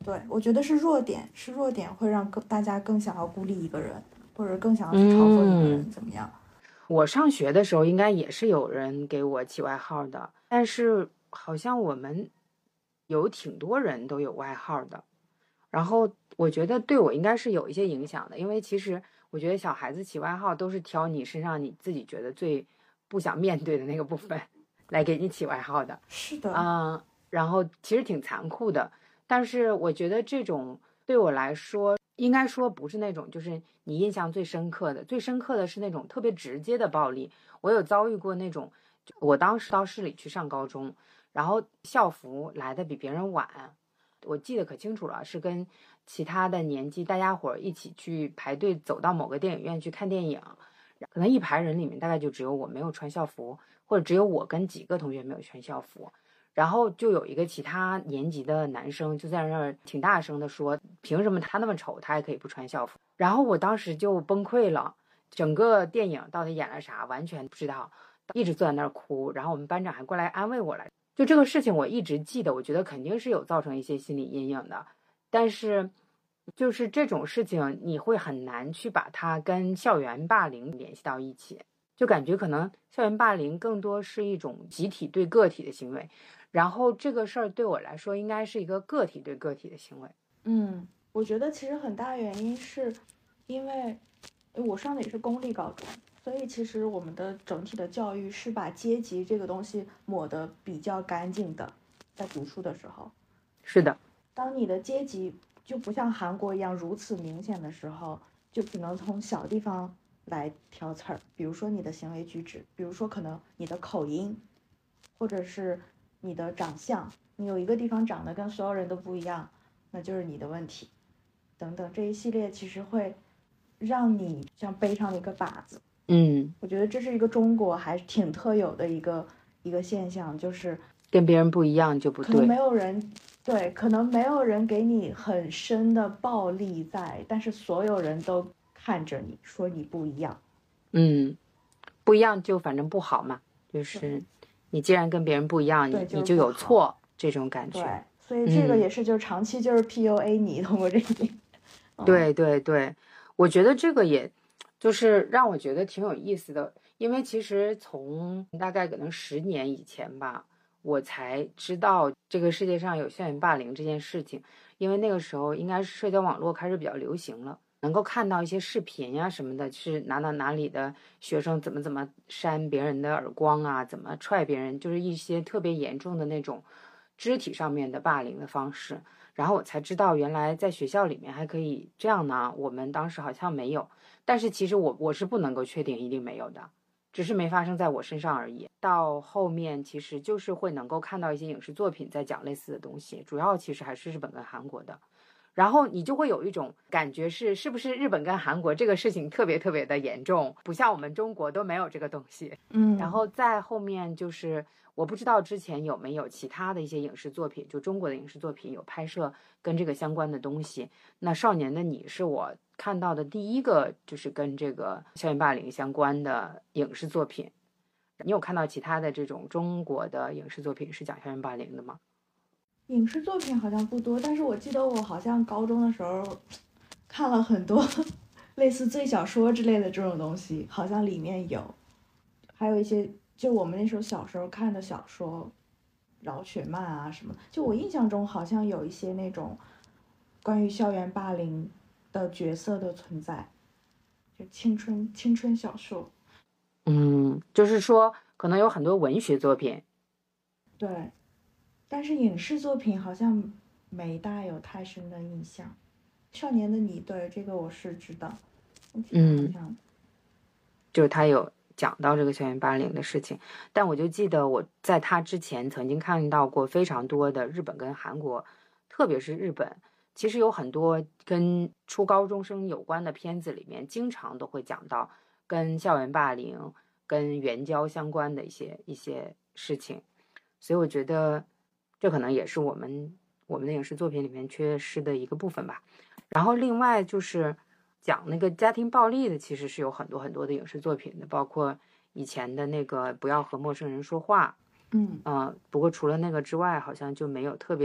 对，我觉得是弱点，是弱点会让大家更想要孤立一个人，或者更想要去嘲讽一个人，怎么样？ 我上学的时候应该也是有人给我起外号的，但是好像我们有挺多人都有外号的。然后我觉得对我应该是有一些影响的，因为其实我觉得小孩子起外号都是挑你身上你自己觉得最不想面对的那个部分来给你起外号的。 是的， 然后其实挺残酷的，但是我觉得这种对我来说，应该说不是那种就是你印象最深刻的，最深刻的是那种特别直接的暴力。我有遭遇过那种，我当时到市里去上高中，然后校服来的比别人晚，我记得可清楚了，是跟其他的年级大家伙一起去排队走到某个电影院去看电影，可能一排人里面大概就只有我没有穿校服，或者只有我跟几个同学没有穿校服。然后就有一个其他年级的男生就在那儿挺大声的说，凭什么他那么丑他也可以不穿校服。然后我当时就崩溃了，整个电影到底演了啥完全不知道，一直坐在那儿哭。然后我们班长还过来安慰我来，就这个事情我一直记得，我觉得肯定是有造成一些心理阴影的。但是就是这种事情你会很难去把它跟校园霸凌联系到一起，就感觉可能校园霸凌更多是一种集体对个体的行为，然后这个事儿对我来说应该是一个个体对个体的行为。 我觉得其实很大原因是因为我上的也是公立高中，所以其实我们的整体的教育是把阶级这个东西抹得比较干净的，在读书的时候。 是的， 当你的阶级就不像韩国一样如此明显的时候，就只能从小地方来挑刺儿，比如说你的行为举止，比如说可能你的口音，或者是你的长相，你有一个地方长得跟所有人都不一样，那就是你的问题，等等，这一系列其实会让你像背上了一个靶子。我觉得这是一个中国还挺特有的一个现象，就是跟别人不一样就不对， 可能没有人对，可能没有人给你很深的暴力在，但是所有人都看着你说你不一样。 不一样就反正不好嘛，就是你既然跟别人不一样，你就有错这种感觉。 对，所以这个也是就长期就是 PUA 你，通过这一点。 对对对，我觉得这个也就是让我觉得挺有意思的，因为其实从大概可能10年以前吧，我才知道这个世界上有校园霸凌这件事情，因为那个时候应该是社交网络开始比较流行了，能够看到一些视频呀什么的，是哪里的学生怎么扇别人的耳光啊，怎么踹别人，就是一些特别严重的那种肢体上面的霸凌的方式。然后我才知道原来在学校里面还可以这样呢，我们当时好像没有，但是其实我是不能够确定一定没有的，只是没发生在我身上而已。到后面其实就是会能够看到一些影视作品在讲类似的东西，主要其实还是日本跟韩国的。然后你就会有一种感觉是不是日本跟韩国这个事情特别特别的严重，不像我们中国都没有这个东西。然后在后面就是我不知道之前有没有其他的一些影视作品，就中国的影视作品有拍摄跟这个相关的东西。那《少年的你》是我看到的第一个就是跟这个校园霸凌相关的影视作品。你有看到其他的这种中国的影视作品是讲校园霸凌的吗？ 影视作品好像不多，但是我记得我好像高中的时候看了很多类似最小说之类的这种东西，好像里面有，还有一些就我们那时候小时候看的小说，饶雪漫啊什么，就我印象中好像有一些那种关于校园霸凌的角色的存在，就青春小说。 就是说可能有很多文学作品， 对，但是影视作品好像没大有太深的印象。少年的你，对这个我是知道，好像就是他有讲到这个校园霸凌的事情，但我就记得我在他之前曾经看到过非常多的日本跟韩国，特别是日本，其实有很多跟初高中生有关的片子里面，经常都会讲到跟校园霸凌、跟援交相关的一些事情，所以我觉得这可能也是我们的影视作品里面缺失的一个部分吧。然后另外就是讲那个家庭暴力的，其实是有很多很多的影视作品的，包括以前的那个不要和陌生人说话，不过除了那个之外，好像就没有特别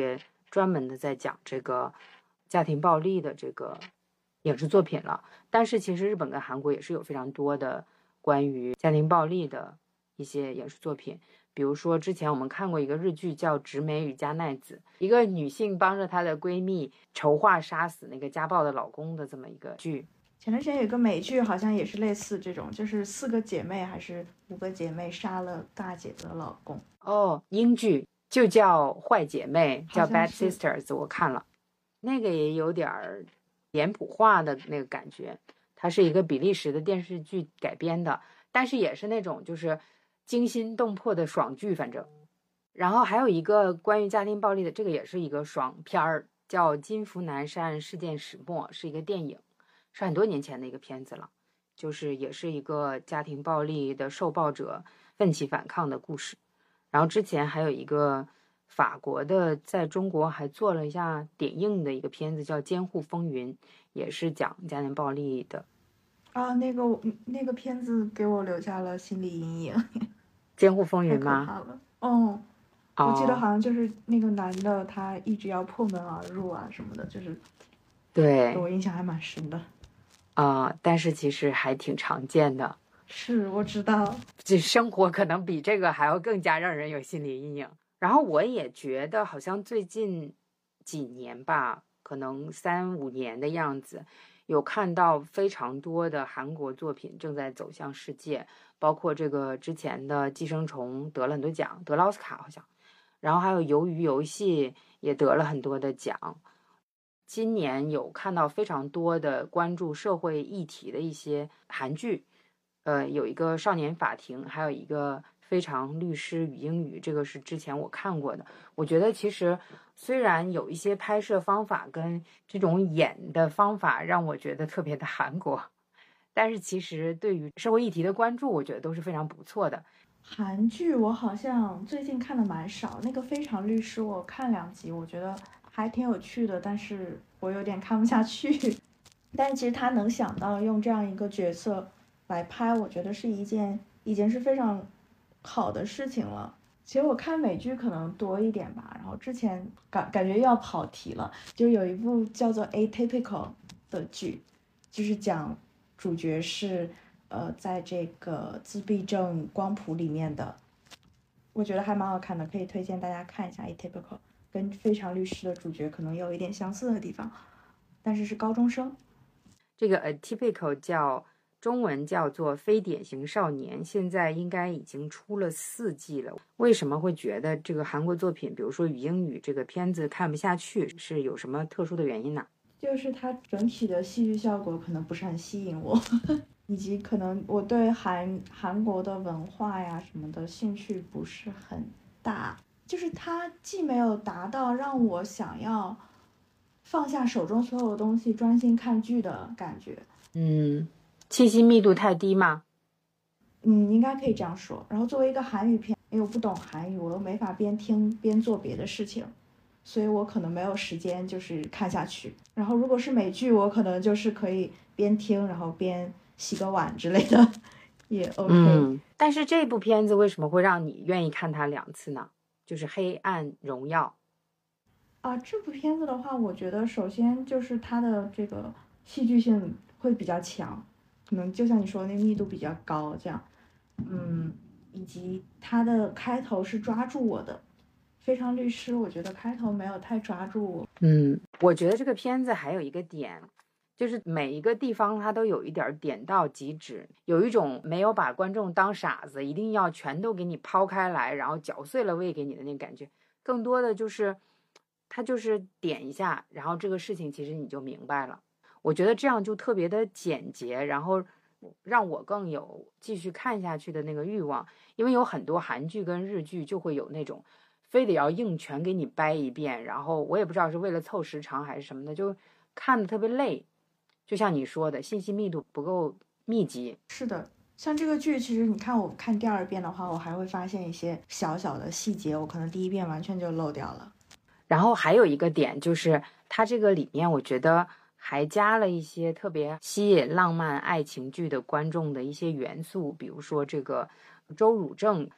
专门的在讲这个家庭暴力的这个影视作品了。但是其实日本跟韩国也是有非常多的关于家庭暴力的一些影视作品，比如说之前我们看过一个日剧叫《直美与加奈子》，一个女性帮着她的闺蜜筹划杀死那个家暴的老公的这么一个剧。 前段时间有一个美剧好像也是类似这种，就是4个姐妹还是5个姐妹杀了大姐的老公。 哦，英剧就叫坏姐妹，叫 Bad 好像是 Sisters， 我看了，那个也有点脸谱化的那个感觉。它是一个比利时的电视剧改编的，但是也是那种就是惊心动魄的爽剧，反正。然后还有一个关于家庭暴力的，这个也是一个爽片儿，叫《金福南山事件始末》，是一个电影，是很多年前的一个片子了，就是也是一个家庭暴力的受暴者奋起反抗的故事。然后之前还有一个法国的，在中国还做了一下点映的一个片子叫《监护风云》，也是讲家庭暴力的。 啊，那个片子给我留下了心理阴影。 监护风太可云吗？ 怕了。哦，我记得哦， 好像就是那个男的，他一直要破门而入啊什么的，就是对给我印象还蛮深的。 但是其实还挺常见的， 是，我知道。 这生活可能比这个还要更加让人有心理阴影。然后我也觉得好像最近几年吧，可能3、5年的样子，有看到非常多的韩国作品正在走向世界，包括这个之前的《寄生虫》得了很多奖，得了奥斯卡好像，然后还有《鱿鱼游戏》也得了很多的奖。今年有看到非常多的关注社会议题的一些韩剧，有一个《少年法庭》，还有一个《非常律师与英语》，这个是之前我看过的。我觉得其实虽然有一些拍摄方法跟这种演的方法让我觉得特别的韩国，但是其实对于社会议题的关注，我觉得都是非常不错的。 韩剧我好像最近看的蛮少，那个《非常律师》我看2集，我觉得还挺有趣的，但是我有点看不下去。但其实他能想到用这样一个角色来拍，我觉得是已经是非常好的事情了。其实我看美剧可能多一点吧，然后之前感觉又要跑题了，就有一部叫做《Atypical》的剧，就是讲主角是在这个自闭症光谱里面的，我觉得还蛮好看的，可以推荐大家看一下。Atypical 跟《非常律师》的主角可能有一点相似的地方，但是是高中生。 这个 Atypical 中文叫做非典型少年，现在应该已经出了4季了。为什么会觉得这个韩国作品，比如说《语英语》这个片子看不下去，是有什么特殊的原因呢？ 就是它整体的戏剧效果可能不是很吸引我，以及可能我对韩国的文化呀什么的兴趣不是很大，就是它既没有达到让我想要放下手中所有的东西专心看剧的感觉。 信息密度太低吗？ 应该可以这样说。然后作为一个韩语片，因为我不懂韩语，我又没法边听边做别的事情，所以我可能没有时间就是看下去。然后如果是美剧，我可能就是可以边听然后边洗个碗之类的，也 OK。 但是这部片子为什么会让你愿意看它2次呢？就是《黑暗荣耀》 啊，这部片子的话，我觉得首先就是它的这个戏剧性会比较强，可能就像你说的那个密度比较高，这样，以及它的开头是抓住我的。非常律师，我觉得开头没有太抓住我。 我觉得这个片子还有一个点，就是每一个地方它都有一点点到即止，有一种没有把观众当傻子，一定要全都给你抛开来，然后搅碎了喂给你的那个感觉。更多的就是它就是点一下，然后这个事情其实你就明白了。我觉得这样就特别的简洁，然后让我更有继续看下去的那个欲望。因为有很多韩剧跟日剧就会有那种非得要硬全给你掰一遍，然后我也不知道是为了凑时长还是什么的，就看得特别累。就像你说的，信息密度不够密集。 是的，像这个剧，其实你看我看第2遍的话，我还会发现一些小小的细节，我可能第1遍完全就漏掉了。 然后还有一个点就是，它这个里面我觉得还加了一些特别吸引浪漫爱情剧的观众的一些元素，比如说这个周汝正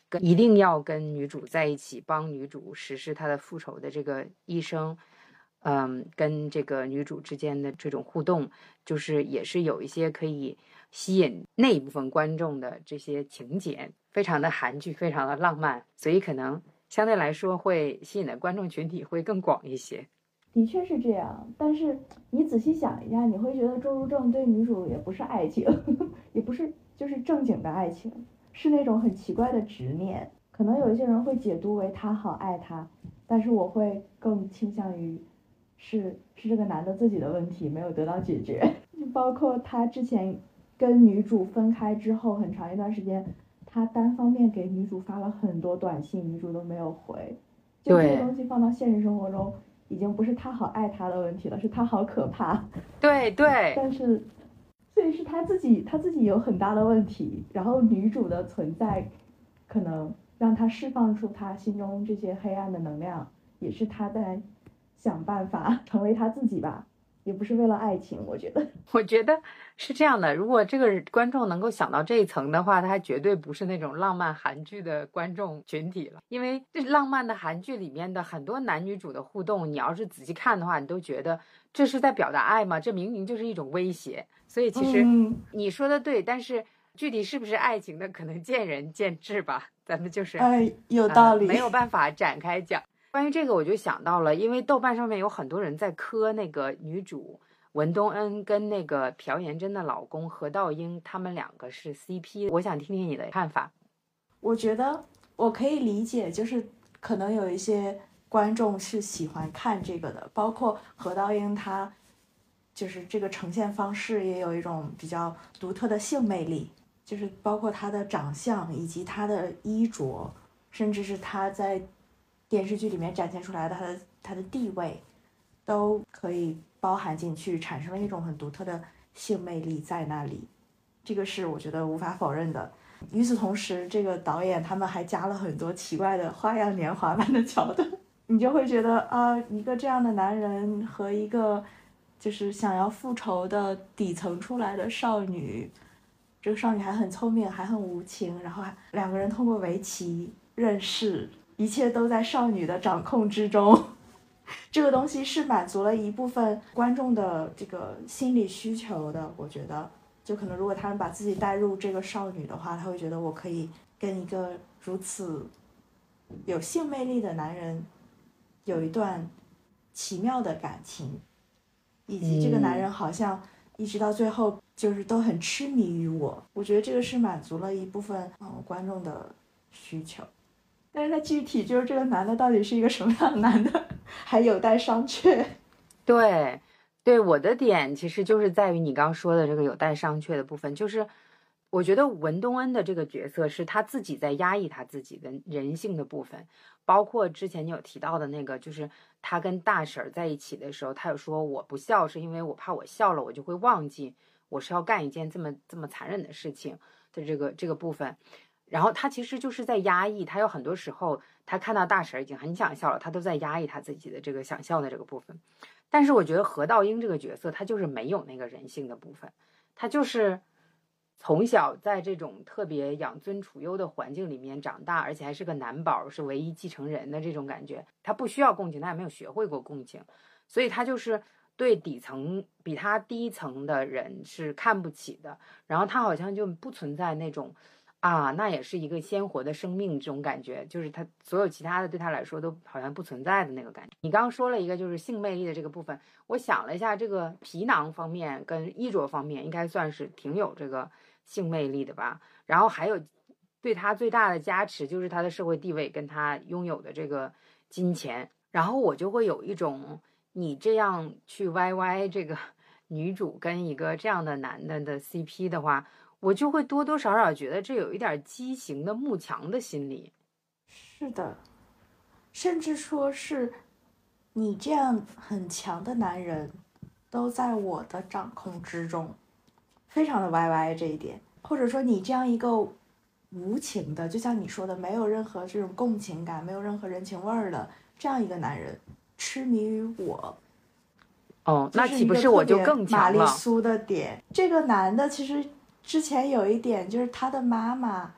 一定要跟女主在一起，帮女主实施她的复仇的这个医生，跟这个女主之间的这种互动，就是也是有一些可以吸引那一部分观众的这些情节，非常的韩剧，非常的浪漫，所以可能相对来说会吸引的观众群体会更广一些。 的确是这样，但是你仔细想一下，你会觉得周如正对女主也不是爱情，也不是就是正经的爱情，是那种很奇怪的执念。可能有一些人会解读为他好爱她，但是我会更倾向于是这个男的自己的问题没有得到解决。包括他之前跟女主分开之后很长一段时间，他单方面给女主发了很多短信，女主都没有回。就这个东西放到现实生活中，已经不是他好爱他的问题了，是他好可怕。 对对， 但是所以是他自己有很大的问题，然后女主的存在可能让他释放出他心中这些黑暗的能量，也是他在想办法成为他自己吧，也不是为了爱情。我觉得是这样的，如果这个观众能够想到这一层的话，他绝对不是那种浪漫韩剧的观众群体了。因为这浪漫的韩剧里面的很多男女主的互动，你要是仔细看的话，你都觉得这是在表达爱吗？这明明就是一种威胁。所以其实你说的对，但是具体是不是爱情的，可能见仁见智吧。咱们就是有道理， 没有办法展开讲。关于这个我就想到了，因为豆瓣上面有很多人在磕那个女主文东恩跟那个朴妍珍的老公何道英，他们两个是 CP， 我想听听你的看法。 我觉得我可以理解，就是可能有一些观众是喜欢看这个的，包括何道英他就是这个呈现方式也有一种比较独特的性魅力，就是包括他的长相以及他的衣着，甚至是他在电视剧里面展现出来的他的地位，都可以包含进去，产生了一种很独特的性魅力在那里，这个是我觉得无法否认的。与此同时，这个导演他们还加了很多奇怪的花样年华般的桥段，你就会觉得啊，一个这样的男人和一个就是想要复仇的底层出来的少女，这个少女还很聪明，还很无情，然后两个人通过围棋认识，一切都在少女的掌控之中。这个东西是满足了一部分观众的这个心理需求的，我觉得就可能如果他们把自己带入这个少女的话，他会觉得我可以跟一个如此有性魅力的男人有一段奇妙的感情，以及这个男人好像一直到最后就是都很痴迷于我，我觉得这个是满足了一部分观众的需求。但是他具体就是这个男的到底是一个什么样的男的，还有待商榷。 对，我的点其实就是在于你刚刚说的这个有待商榷的部分，就是我觉得文东恩的这个角色是他自己在压抑他自己的人性的部分，包括之前你有提到的那个，就是他跟大婶在一起的时候，他有说我不笑是因为我怕我笑了我就会忘记我是要干一件这么残忍的事情的这个部分。然后他其实就是在压抑，他有很多时候他看到大婶已经很想笑了，他都在压抑他自己的这个想笑的这个部分。但是我觉得何道英这个角色他就是没有那个人性的部分，他就是从小在这种特别养尊处优的环境里面长大，而且还是个男宝，是唯一继承人的这种感觉，他不需要共情，他也没有学会过共情，所以他就是对底层比他低层的人是看不起的，然后他好像就不存在那种那也是一个鲜活的生命，这种感觉就是他所有其他的对他来说都好像不存在的那个感觉。你刚刚说了一个就是性魅力的这个部分，我想了一下，这个皮囊方面跟衣着方面应该算是挺有这个性魅力的吧。然后还有对他最大的加持就是他的社会地位跟他拥有的这个金钱。然后我就会有一种你这样去歪这个女主跟一个这样的男的 CP 的话，我就会多多少少觉得这有一点畸形的慕强的心理。 是的，甚至说是你这样很强的男人都在我的掌控之中，非常的歪这一点。或者说你这样一个无情的，就像你说的没有任何这种共情感，没有任何人情味儿的这样一个男人痴迷于我， 那岂不是我就更强了？ 玛丽苏的点，这个男的其实之前有一点就是他的妈妈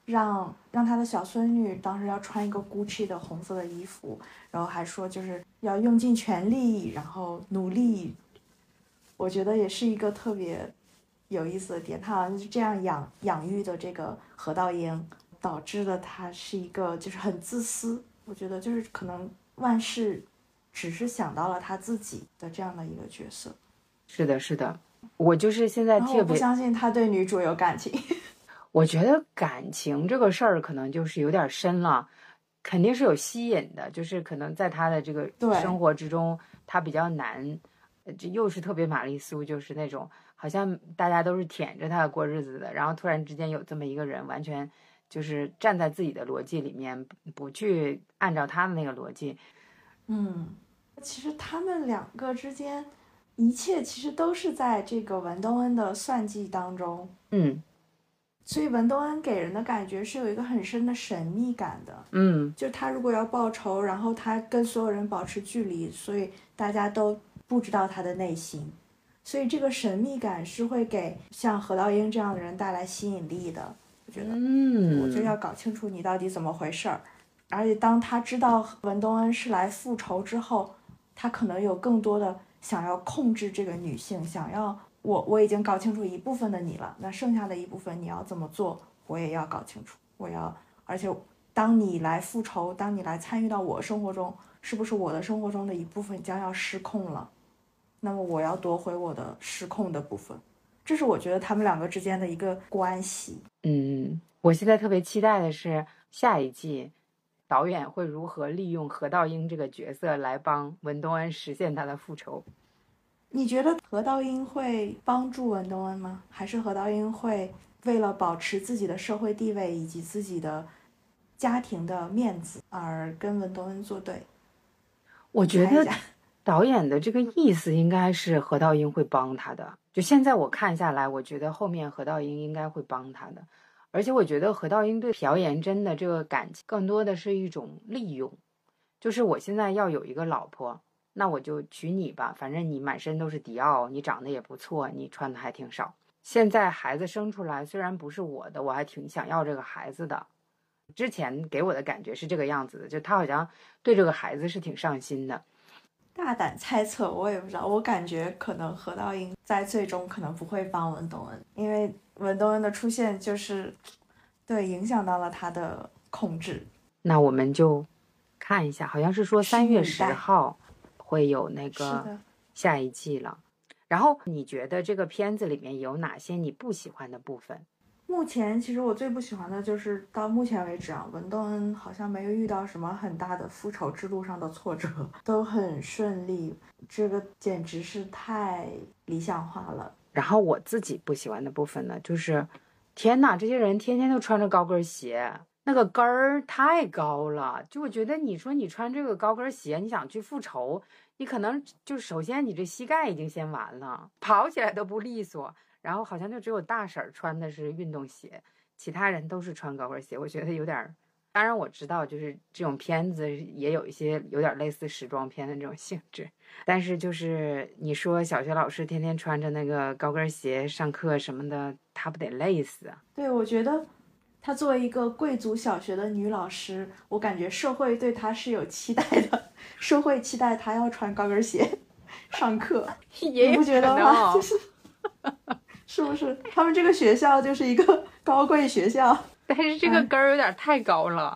让他的小孙女当时要穿一个 Gucci 的红色的衣服，然后还说就是要用尽全力，然后努力。我觉得也是一个特别有意思的点，他好像是这样养育的这个何道英，导致了他是一个就是很自私。我觉得就是可能万事只是想到了他自己的这样的一个角色。 是的，是的，我就是现在然后我特别不相信他对女主有感情。 我觉得感情这个事儿可能就是有点深了，肯定是有吸引的，就是可能在他的这个生活之中，他比较难，这又是特别玛丽苏，就是那种好像大家都是舔着他过日子的，然后突然之间有这么一个人，完全就是站在自己的逻辑里面，不去按照他的那个逻辑。 其实他们两个之间，一切其实都是在这个文东恩的算计当中。所以文东恩给人的感觉是有一个很深的神秘感的。就他如果要报仇，然后他跟所有人保持距离，所以大家都不知道他的内心，所以这个神秘感是会给像何道英这样的人带来吸引力的。我觉得，我就要搞清楚你到底怎么回事儿。而且当他知道文东恩是来复仇之后，他可能有更多的想要控制这个女性，想要我已经搞清楚一部分的你了，那剩下的一部分你要怎么做，我也要搞清楚。而且当你来复仇，当你来参与到我生活中，是不是我的生活中的一部分将要失控了？那么我要夺回我的失控的部分。这是我觉得他们两个之间的一个关系。 我现在特别期待的是下一季导演会如何利用何道英这个角色来帮文东恩实现他的复仇。 你觉得何道英会帮助文东恩吗？还是何道英会为了保持自己的社会地位以及自己的家庭的面子而跟文东恩作对？ 我觉得导演的这个意思应该是何道英会帮他的。就现在我看下来，我觉得后面何道英应该会帮他的。而且我觉得何道英对朴妍珍的这个感情更多的是一种利用，就是我现在要有一个老婆，那我就娶你吧，反正你满身都是迪奥，你长得也不错，你穿的还挺少。现在孩子生出来虽然不是我的，我还挺想要这个孩子的。之前给我的感觉是这个样子的，就他好像对这个孩子是挺上心的。 大胆猜测，我也不知道，我感觉可能何道英在最终可能不会帮文东恩，因为文东恩的出现就是对影响到了他的控制。 那我们就看一下，好像是说3月10号会有那个下一季了。然后你觉得这个片子里面有哪些你不喜欢的部分？ 目前其实我最不喜欢的就是到目前为止啊，文东恩好像没有遇到什么很大的复仇之路上的挫折，都很顺利，这个简直是太理想化了。 然后我自己不喜欢的部分呢，就是天哪，这些人天天都穿着高跟鞋，那个跟儿太高了，就我觉得你说你穿这个高跟鞋，你想去复仇，你可能就首先你这膝盖已经先完了，跑起来都不利索。然后好像就只有大婶穿的是运动鞋，其他人都是穿高跟鞋，我觉得有点。当然我知道，就是这种片子也有一些有点类似时装片的这种性质，但是就是你说小学老师天天穿着那个高跟鞋上课什么的，他不得累死啊？ 对，我觉得她作为一个贵族小学的女老师，我感觉社会对她是有期待的，社会期待她要穿高跟鞋上课，你不觉得吗？就是是不是他们这个学校就是一个高贵学校？ 但是这个跟儿有点太高了。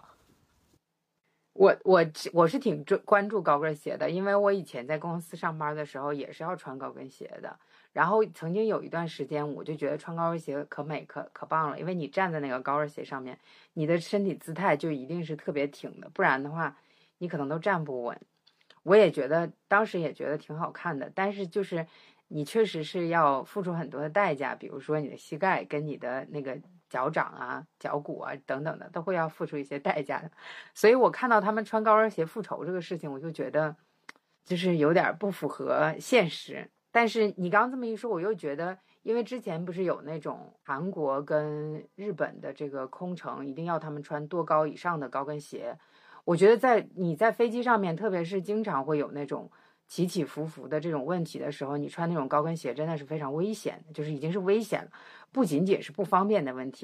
我是挺关注高跟鞋的，因为我以前在公司上班的时候也是要穿高跟鞋的。然后曾经有一段时间，我就觉得穿高跟鞋可美可棒了，因为你站在那个高跟鞋上面，你的身体姿态就一定是特别挺的，不然的话你可能都站不稳。我也觉得当时也觉得挺好看的，但是就是你确实是要付出很多的代价，比如说你的膝盖跟你的那个脚掌啊、脚骨啊等等的都会要付出一些代价的。所以我看到他们穿高跟鞋复仇这个事情，我就觉得就是有点不符合现实。但是你刚刚这么一说，我又觉得，因为之前不是有那种韩国跟日本的这个空乘一定要他们穿多高以上的高跟鞋，我觉得你在飞机上面，特别是经常会有那种起起伏伏的这种问题的时候，你穿那种高跟鞋真的是非常危险的，就是已经是危险了，不仅仅是不方便的问题了。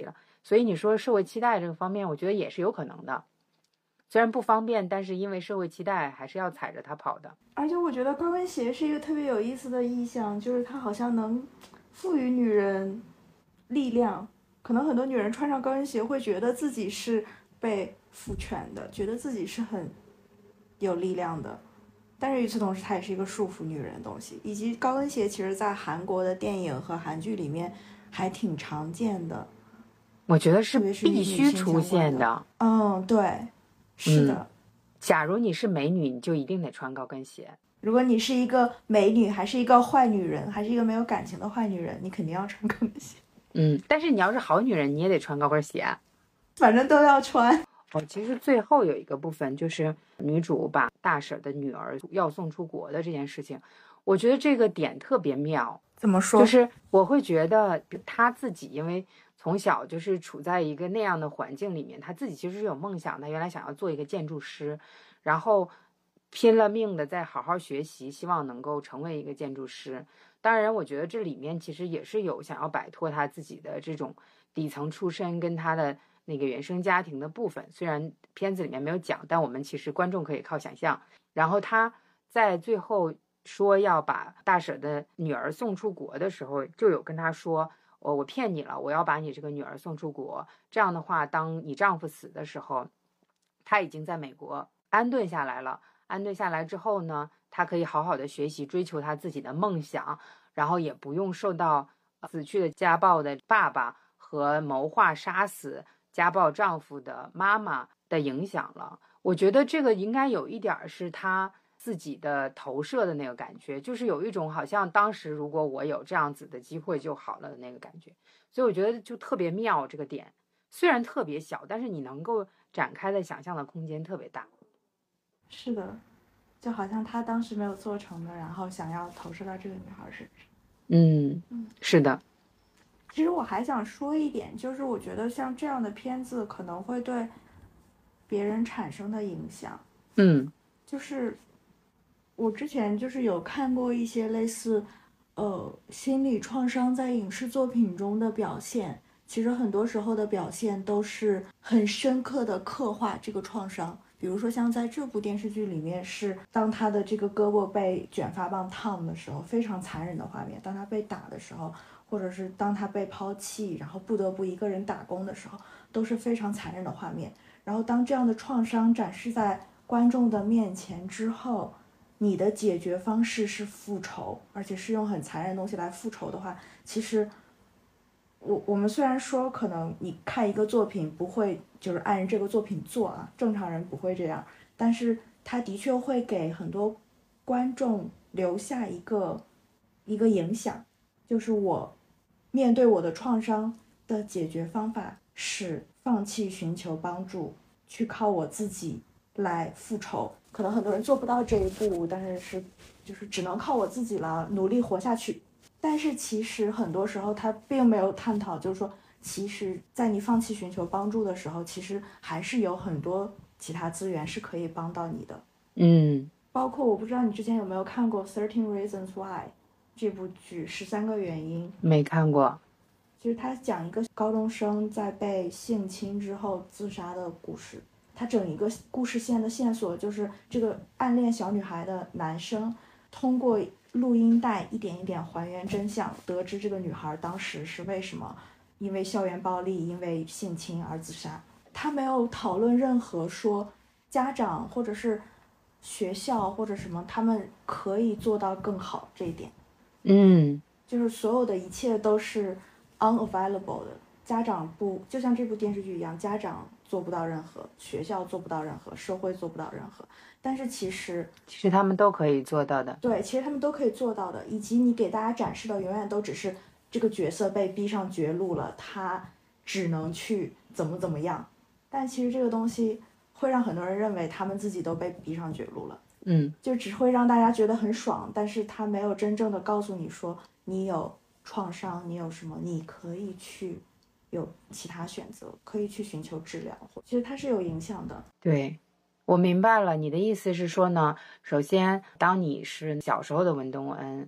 所以你说社会期待这个方面，我觉得也是有可能的。虽然不方便，但是因为社会期待，还是要踩着它跑的。 而且我觉得高跟鞋是一个特别有意思的意象，就是它好像能赋予女人力量。可能很多女人穿上高跟鞋会觉得自己是被赋权的，觉得自己是很有力量的。但是与此同时，它也是一个束缚女人的东西。以及高跟鞋其实在韩国的电影和韩剧里面还挺常见的。 我觉得是必须出现的。 对，是的。 假如你是美女，你就一定得穿高跟鞋。 如果你是一个美女，还是一个坏女人，还是一个没有感情的坏女人，你肯定要穿高跟鞋。 但是你要是好女人，你也得穿高跟鞋。 反正都要穿。 其实最后有一个部分，就是女主把大婶的女儿要送出国的这件事情，我觉得这个点特别妙。 怎么说？ 就是我会觉得她自己因为从小就是处在一个那样的环境里面，她自己其实是有梦想的，原来想要做一个建筑师，然后拼了命的在好好学习，希望能够成为一个建筑师。当然我觉得这里面其实也是有想要摆脱她自己的这种底层出身跟她的那个原生家庭的部分，虽然片子里面没有讲，但我们其实观众可以靠想象。然后她在最后说要把大婶的女儿送出国的时候，就有跟她说，我骗你了，我要把你这个女儿送出国，这样的话当你丈夫死的时候，她已经在美国安顿下来了，安顿下来之后呢，她可以好好的学习，追求她自己的梦想，然后也不用受到死去的家暴的爸爸和谋划杀死家暴丈夫的妈妈的影响了。我觉得这个应该有一点是她自己的投射的那个感觉，就是有一种好像当时如果我有这样子的机会就好了的那个感觉。所以我觉得就特别妙，这个点虽然特别小，但是你能够展开的想象的空间特别大。 是的，就好像他当时没有做成的，然后想要投射到这个女孩身上。 是的。 其实我还想说一点，就是我觉得像这样的片子可能会对别人产生的影响。就是我之前就是有看过一些类似心理创伤在影视作品中的表现，其实很多时候的表现都是很深刻的刻画这个创伤。比如说像在这部电视剧里面，是当他的这个胳膊被卷发棒烫的时候，非常残忍的画面；当他被打的时候，或者是当他被抛弃，然后不得不一个人打工的时候，都是非常残忍的画面。然后当这样的创伤展示在观众的面前之后，你的解决方式是复仇，而且是用很残忍的东西来复仇的话，其实我们虽然说可能你看一个作品不会就是按这个作品做啊，正常人不会这样，但是它的确会给很多观众留下一个影响，就是我面对我的创伤的解决方法是放弃寻求帮助，去靠我自己来复仇。可能很多人做不到这一步，但是就是只能靠我自己了，努力活下去。但是其实很多时候他并没有探讨，就是说其实在你放弃寻求帮助的时候，其实还是有很多其他资源是可以帮到你的。包括我不知道你之前有没有看过 13 Reasons Why 这部剧，13个原因。 没看过。 其实他讲一个高中生在被性侵之后自杀的故事，他整一个故事线的线索就是这个暗恋小女孩的男生通过录音带一点一点还原真相，得知这个女孩当时是为什么因为校园暴力因为性侵而自杀。他没有讨论任何说家长或者是学校或者什么他们可以做到更好这一点。就是所有的一切都是 unavailable 的，家长不，就像这部电视剧一样，家长做不到任何，学校做不到任何，社会做不到任何，但是其实他们都可以做到的。 对，其实他们都可以做到的，以及你给大家展示的永远都只是这个角色被逼上绝路了，他只能去怎么样，但其实这个东西会让很多人认为他们自己都被逼上绝路了。就只会让大家觉得很爽，但是他没有真正的告诉你说你有创伤，你有什么，你可以去有其他选择，可以去寻求治疗，其实它是有影响的。 对，我明白了，你的意思是说呢，首先当你是小时候的文东恩，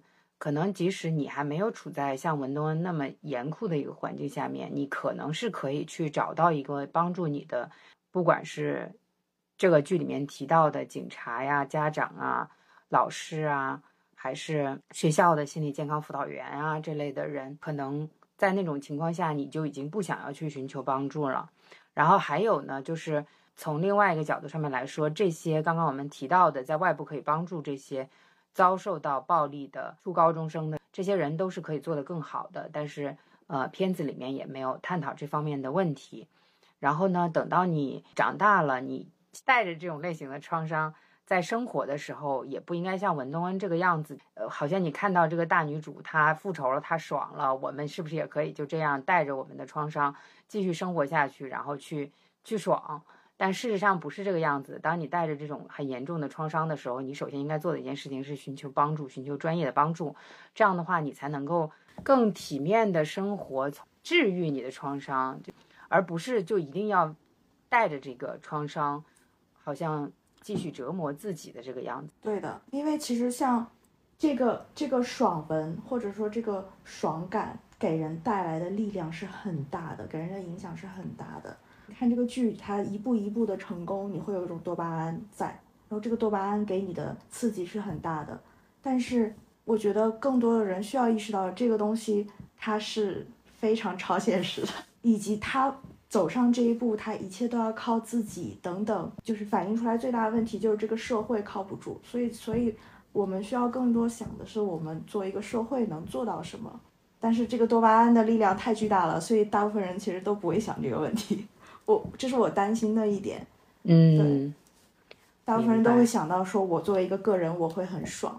可能即使你还没有处在像文东恩那么严酷的一个环境下面，你可能是可以去找到一个帮助你的，不管是这个剧里面提到的警察呀、家长啊、老师啊，还是学校的心理健康辅导员啊这类的人，可能在那种情况下你就已经不想要去寻求帮助了。然后还有呢，就是从另外一个角度上面来说，这些刚刚我们提到的在外部可以帮助这些遭受到暴力的初高中生的这些人都是可以做得更好的，但是片子里面也没有探讨这方面的问题。然后呢，等到你长大了，你带着这种类型的创伤在生活的时候，也不应该像文东恩这个样子，好像你看到这个大女主她复仇了，她爽了，我们是不是也可以就这样带着我们的创伤继续生活下去，然后去爽？但事实上不是这个样子。当你带着这种很严重的创伤的时候，你首先应该做的一件事情是寻求帮助，寻求专业的帮助。这样的话，你才能够更体面的生活，治愈你的创伤，而不是就一定要带着这个创伤，好像继续折磨自己的这个样子。 对的，因为其实像这个爽文或者说这个爽感给人带来的力量是很大的，给人的影响是很大的。看这个剧它一步一步的成功，你会有一种多巴胺在，然后这个多巴胺给你的刺激是很大的。但是我觉得更多的人需要意识到这个东西它是非常超现实的，以及它走上这一步它一切都要靠自己等等，就是反映出来最大的问题就是这个社会靠不住。所以我们需要更多想的是我们作为一个社会能做到什么。但是这个多巴胺的力量太巨大了，所以大部分人其实都不会想这个问题。这是我担心的一点。对，大部分人都会想到说我作为一个个人我会很爽。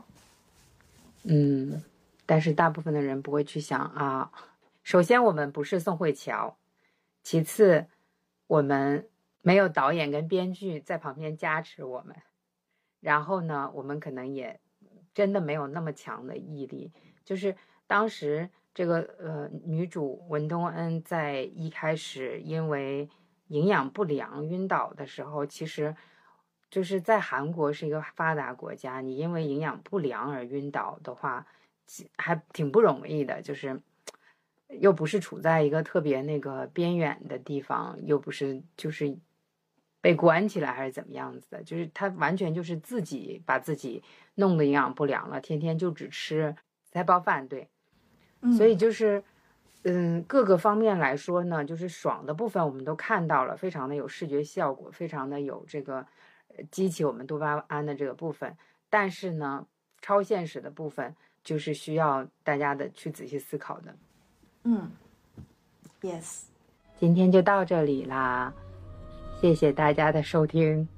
但是大部分的人不会去想啊，首先我们不是宋慧乔，其次我们没有导演跟编剧在旁边加持我们，然后呢我们可能也真的没有那么强的毅力。就是当时这个女主文东恩在一开始因为营养不良晕倒的时候，其实就是在韩国是一个发达国家，你因为营养不良而晕倒的话还挺不容易的，就是又不是处在一个特别那个边远的地方，又不是就是被关起来还是怎么样子的，就是他完全就是自己把自己弄得营养不良了，天天就只吃菜包饭。对，所以就是各个方面来说呢，就是爽的部分我们都看到了，非常的有视觉效果，非常的有这个激起我们多巴胺的这个部分。但是呢，超现实的部分就是需要大家的去仔细思考的。 Yes， 今天就到这里啦，谢谢大家的收听。